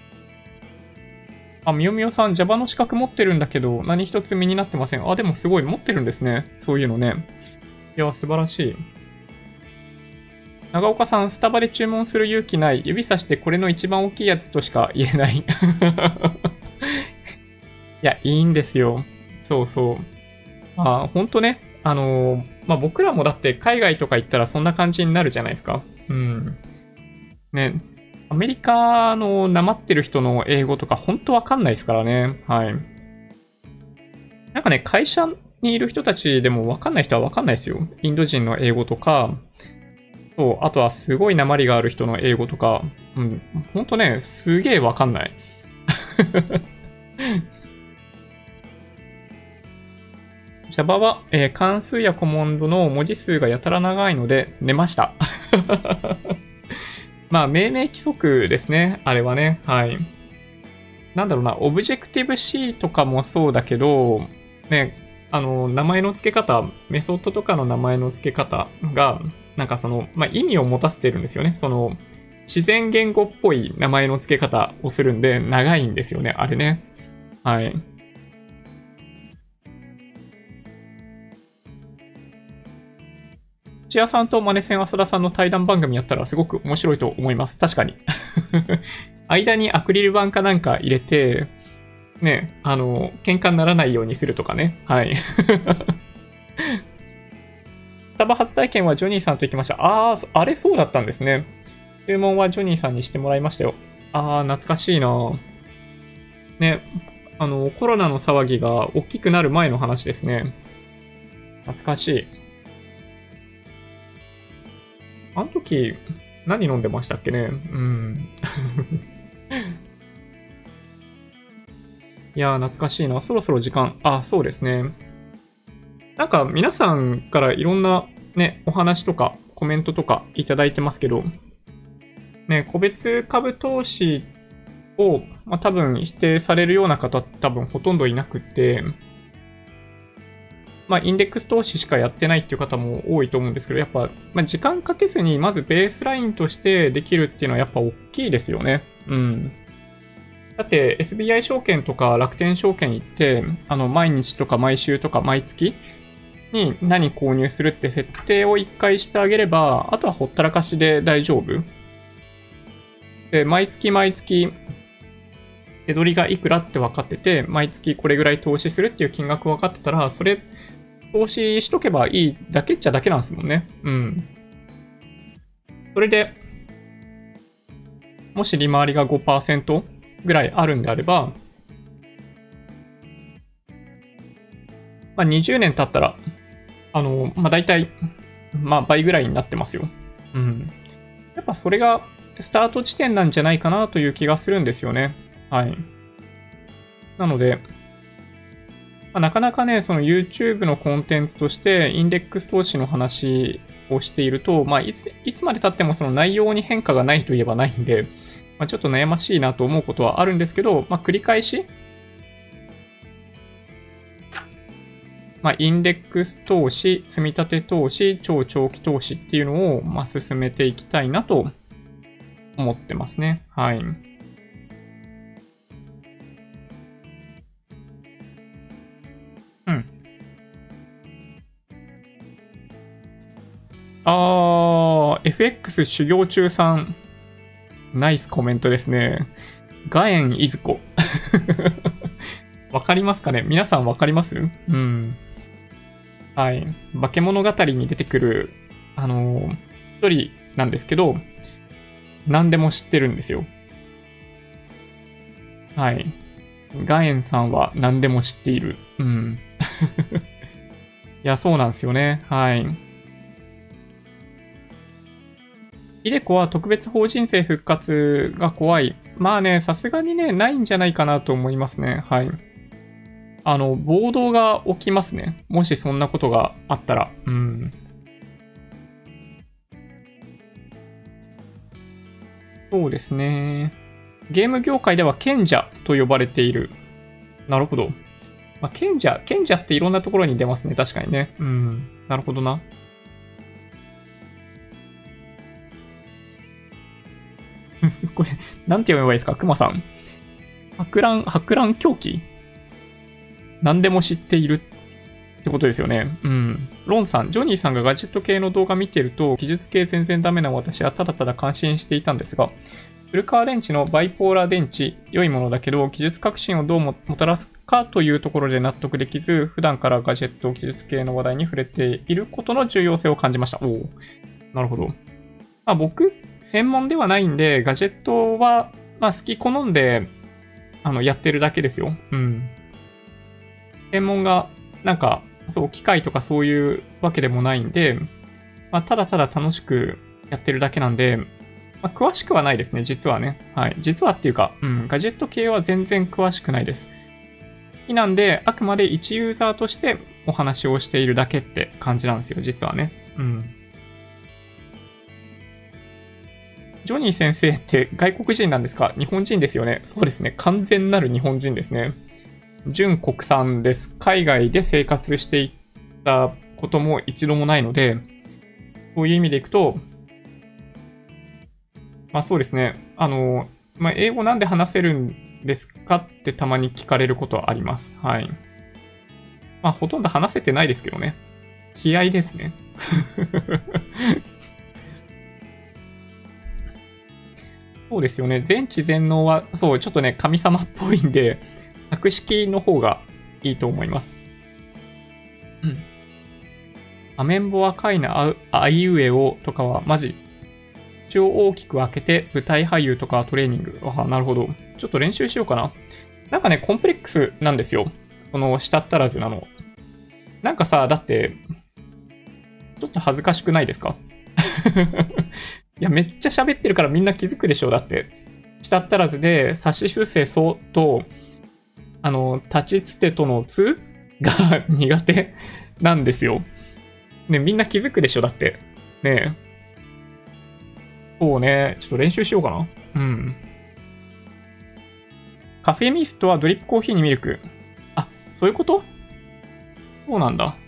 みよみよさん、Java の資格持ってるんだけど、何一つ身になってません。でもすごい持ってるんですね。そういうのね。いや、素晴らしい。長岡さん、スタバで注文する勇気ない。指さしてこれの一番大きいやつとしか言えない。いや、いいんですよ。そうそう。ほんとね。僕らもだって海外とか行ったらそんな感じになるじゃないですか。うん。ね。アメリカのなまってる人の英語とか本当わかんないですからね。はい。なんかね、会社にいる人たちでもわかんない人はわかんないですよ。インド人の英語とか、そう、あとはすごい訛りがある人の英語とか、ほんとね、すげえわかんない。Java は、関数やコマンドの文字数がやたら長いので寝ました。命名規則ですね。あれはね。はい。なんだろうな、オブジェクティブ C とかもそうだけど、ね、名前の付け方、メソッドとかの名前の付け方が、なんか意味を持たせてるんですよね。自然言語っぽい名前の付け方をするんで、長いんですよね、あれね。はい。土屋さんとマネセン浅田さんの対談番組やったらすごく面白いと思います。確かに。間にアクリル板かなんか入れて、ね、喧嘩にならないようにするとかね。はい。 スタバ初体験はジョニーさんと行きました。あれそうだったんですね。注文はジョニーさんにしてもらいましたよ。懐かしいなね、コロナの騒ぎが大きくなる前の話ですね。懐かしい。あの時、何飲んでましたっけね。いやー、懐かしいな。そろそろ時間。そうですね。なんか皆さんからいろんなね、お話とかコメントとかいただいてますけど、ね、個別株投資を、多分否定されるような方多分ほとんどいなくって、インデックス投資しかやってないっていう方も多いと思うんですけど、やっぱ、時間かけずにまずベースラインとしてできるっていうのはやっぱ大きいですよね。だって SBI 証券とか楽天証券行って、毎日とか毎週とか毎月に何購入するって設定を一回してあげれば、あとはほったらかしで大丈夫。で、毎月毎月、手取りがいくらって分かってて、毎月これぐらい投資するっていう金額分かってたら、それ、投資しとけばいいだけっちゃだけなんですもんね。それで、もし利回りが 5% ぐらいあるんであれば、20年経ったら、大体、倍ぐらいになってますよ。やっぱそれがスタート地点なんじゃないかなという気がするんですよね。はい。なので、なかなかね、その YouTube のコンテンツとしてインデックス投資の話をしていると、いつまで経ってもその内容に変化がないといえばないんで、ちょっと悩ましいなと思うことはあるんですけど、繰り返し、インデックス投資、積み立て投資、超長期投資っていうのを、進めていきたいなと思ってますね。はい。FX 修行中さん。ナイスコメントですね。ガエンいずこ。わかりますかね？皆さんわかります？はい。化け物語に出てくる、一人なんですけど、何でも知ってるんですよ。はい。ガエンさんは何でも知っている。いや、そうなんですよね。はい。イデコは特別法人税復活が怖い。さすがにね、ないんじゃないかなと思いますね。はい。暴動が起きますね。もしそんなことがあったら。そうですね。ゲーム業界では賢者と呼ばれている。なるほど。賢者っていろんなところに出ますね。確かにね。なるほどな。これ、なんて読めばいいですか？熊さん。博覧狂気何でも知っているってことですよね。ロンさん、ジョニーさんがガジェット系の動画見てると、技術系全然ダメな私はただただ感心していたんですが、フルカー電池のバイポーラー電池、良いものだけど、技術革新をどうもたらすかというところで納得できず、普段からガジェット技術系の話題に触れていることの重要性を感じました。なるほど。僕、専門ではないんで、ガジェットは、好き好んで、やってるだけですよ。専門が、機械とかそういうわけでもないんで、ただただ楽しくやってるだけなんで、詳しくはないですね、実はね。はい。実はっていうか、ガジェット系は全然詳しくないです。好きなんで、あくまで一ユーザーとしてお話をしているだけって感じなんですよ、実はね。ジョニー先生って外国人なんですか？日本人ですよね。そうですね。完全なる日本人ですね。純国産です。海外で生活していったことも一度もないので、そういう意味でいくと、そうですね。英語なんで話せるんですかってたまに聞かれることはあります。はい。ほとんど話せてないですけどね。気合ですね。そうですよね。全知全能は、そう、ちょっとね、神様っぽいんで、格式の方がいいと思います。 アメンボ赤いなあいうえおとかはマジ。口を大きく開けて舞台俳優とかトレーニング。あ、なるほど。ちょっと練習しようかな。なんかね、コンプレックスなんですよ。この舌足らずなの。なんかさ、だって、ちょっと恥ずかしくないですか？いや、めっちゃ喋ってるからみんな気づくでしょ、だって。舌足らずで、さしすせそと、立ちつてとのつが苦手なんですよ。ね、みんな気づくでしょ、だって。ねえ。そうね、ちょっと練習しようかな。うん。カフェミストはドリップコーヒーにミルク。あ、そういうこと？そうなんだ。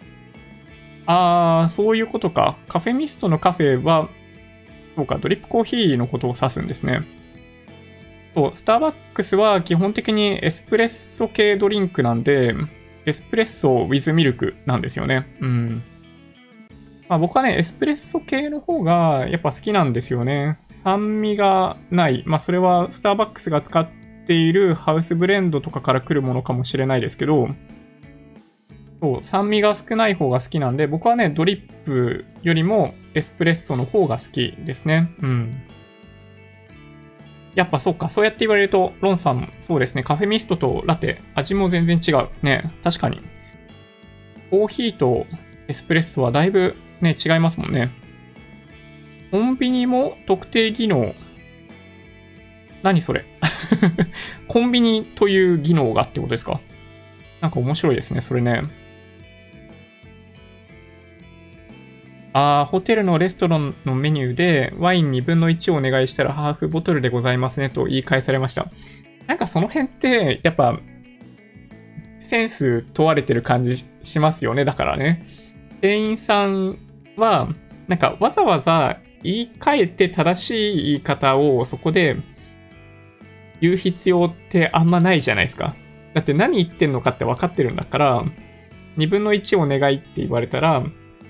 そういうことか。カフェミストのカフェは、そうか、ドリップコーヒーのことを指すんですね。そう、スターバックスは基本的にエスプレッソ系ドリンクなんで、エスプレッソ with ミルクなんですよね。うん。まあ、僕はね、エスプレッソ系の方がやっぱ好きなんですよね。酸味がない。まあ、それはスターバックスが使っているハウスブレンドとかから来るものかもしれないですけど、そう、酸味が少ない方が好きなんで、僕はね、ドリップよりもエスプレッソの方が好きですね。うん。やっぱそうか、そうやって言われると、ロンさん、そうですね、カフェミストとラテ、味も全然違う。ね、確かに。コーヒーとエスプレッソはだいぶね、違いますもんね。コンビニも特定技能。何それ？コンビニという技能がってことですか？なんか面白いですね、それね。ホテルのレストランのメニューでワイン2分の1をお願いしたらハーフボトルでございますねと言い返されました。なんかその辺って、やっぱ、センス問われてる感じしますよね。だからね。店員さんは、なんかわざわざ言い換えて正しい言い方をそこで言う必要ってあんまないじゃないですか。だって何言ってんのかって分かってるんだから、2分の1お願いって言われたら、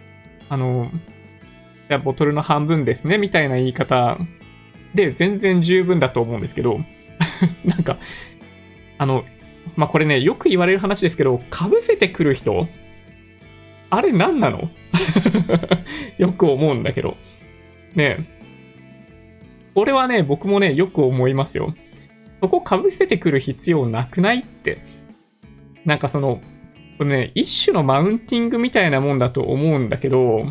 じゃあボトルの半分ですね、みたいな言い方で全然十分だと思うんですけど、なんか、まあ、これね、よく言われる話ですけど、被せてくる人あれ何なの？よく思うんだけど。ねえ。これはね、僕もね、よく思いますよ。そこ被せてくる必要なくないって。なんかこれね、一種のマウンティングみたいなもんだと思うんだけど、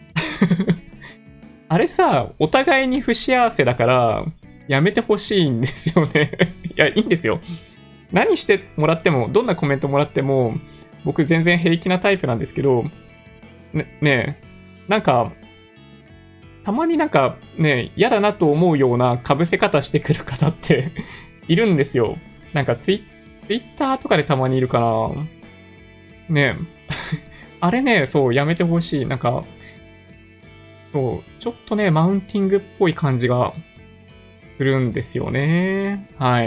あれさ、お互いに不幸せだから、やめてほしいんですよね。いや、いいんですよ。何してもらっても、どんなコメントもらっても、僕全然平気なタイプなんですけど、ねえ、なんか、たまになんかね、嫌だなと思うような被せ方してくる方っているんですよ。なんかツイッターとかでたまにいるかな。ねえ。あれね、そう、やめてほしい。なんか、そう、ちょっとね、マウンティングっぽい感じがするんですよね。はい。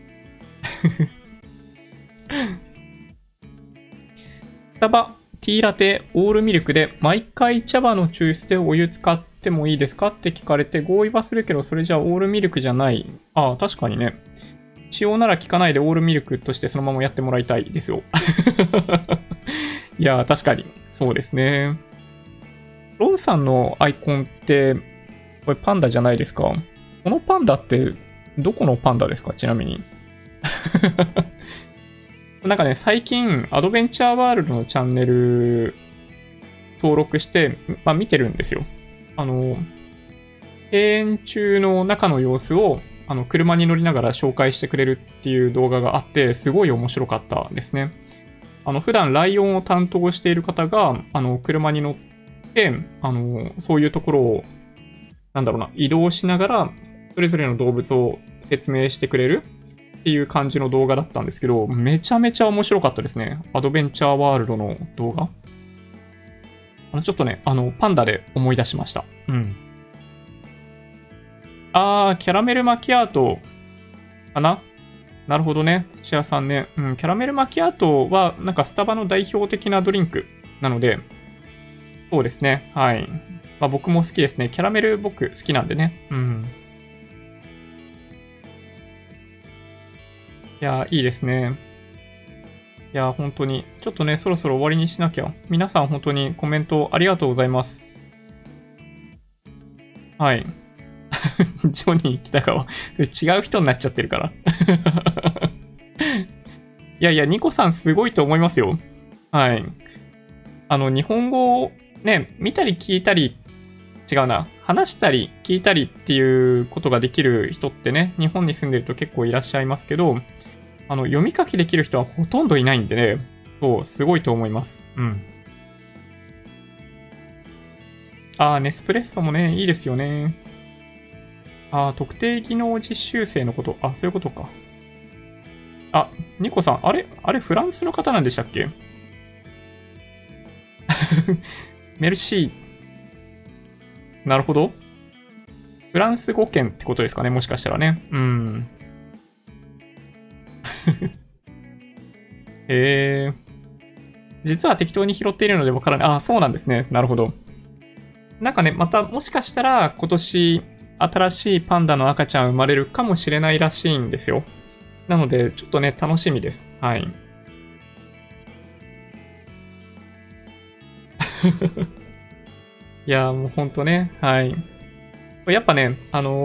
スタバ、ティーラテ、オールミルクで、毎回茶葉の抽出でお湯使ってもいいですかって聞かれて合意はするけど、それじゃオールミルクじゃない。ああ、確かにね。使用なら効かないでオールミルクとしてそのままやってもらいたいですよ。いや、確かに。そうですね。ロンさんのアイコンって、これパンダじゃないですか？このパンダって、どこのパンダですかちなみに。なんかね、最近、アドベンチャーワールドのチャンネル登録して、まあ見てるんですよ。庭園中の中の様子を、車に乗りながら紹介してくれるっていう動画があって、すごい面白かったですね。普段ライオンを担当している方が、車に乗って、そういうところを、なんだろうな、移動しながら、それぞれの動物を説明してくれるっていう感じの動画だったんですけど、めちゃめちゃ面白かったですね。アドベンチャーワールドの動画。ちょっとね、パンダで思い出しました。うん。キャラメルマキアートかな？なるほどね。土屋さんね。うん、キャラメルマキアートは、なんかスタバの代表的なドリンクなので、そうですね。はい。まあ僕も好きですね。キャラメル僕好きなんでね。うん。いや、いいですね。 いや、本当に。ちょっとね、そろそろ終わりにしなきゃ。皆さん本当にコメントありがとうございます。はい。ジョニー北川。違う人になっちゃってるから。いやいや、ニコさんすごいと思いますよ。はい。日本語をね、見たり聞いたり、違うな。話したり聞いたりっていうことができる人ってね、日本に住んでると結構いらっしゃいますけど、読み書きできる人はほとんどいないんでね、そう、すごいと思います。うん。ネスプレッソもね、いいですよね。特定技能実習生のこと。そういうことか。ニコさん、あれフランスの方なんでしたっけ？メルシー。なるほど。フランス語圏ってことですかね、もしかしたらね。うん。実は適当に拾っているのでわからない。そうなんですね。なるほど。なんかね、またもしかしたら今年新しいパンダの赤ちゃん生まれるかもしれないらしいんですよ。なので、ちょっとね、楽しみです。はい。いやーもうほんとね、はい。やっぱね、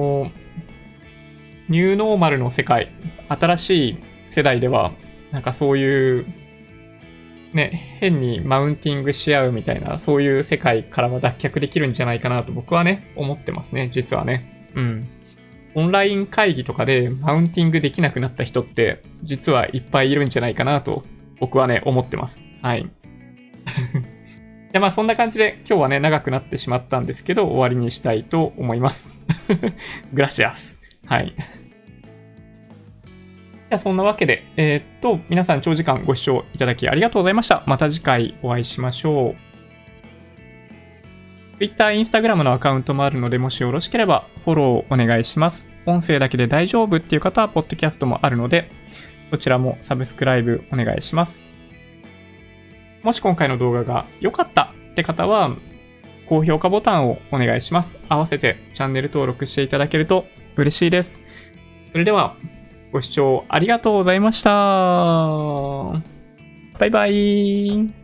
ニューノーマルの世界、新しい世代では、なんかそういう、ね、変にマウンティングし合うみたいな、そういう世界からは脱却できるんじゃないかなと僕はね、思ってますね、実はね。うん。オンライン会議とかでマウンティングできなくなった人って、実はいっぱいいるんじゃないかなと、僕はね、思ってます。はい。じゃあまあそんな感じで今日はね、長くなってしまったんですけど、終わりにしたいと思います。グラシアス。はい。じゃあそんなわけで、皆さん長時間ご視聴いただきありがとうございました。また次回お会いしましょう。Twitter、Instagram のアカウントもあるので、もしよろしければフォローお願いします。音声だけで大丈夫っていう方は、ポッドキャストもあるので、そちらもサブスクライブお願いします。もし今回の動画が良かったって方は、高評価ボタンをお願いします。合わせてチャンネル登録していただけると嬉しいです。それでは、ご視聴ありがとうございました。バイバイ。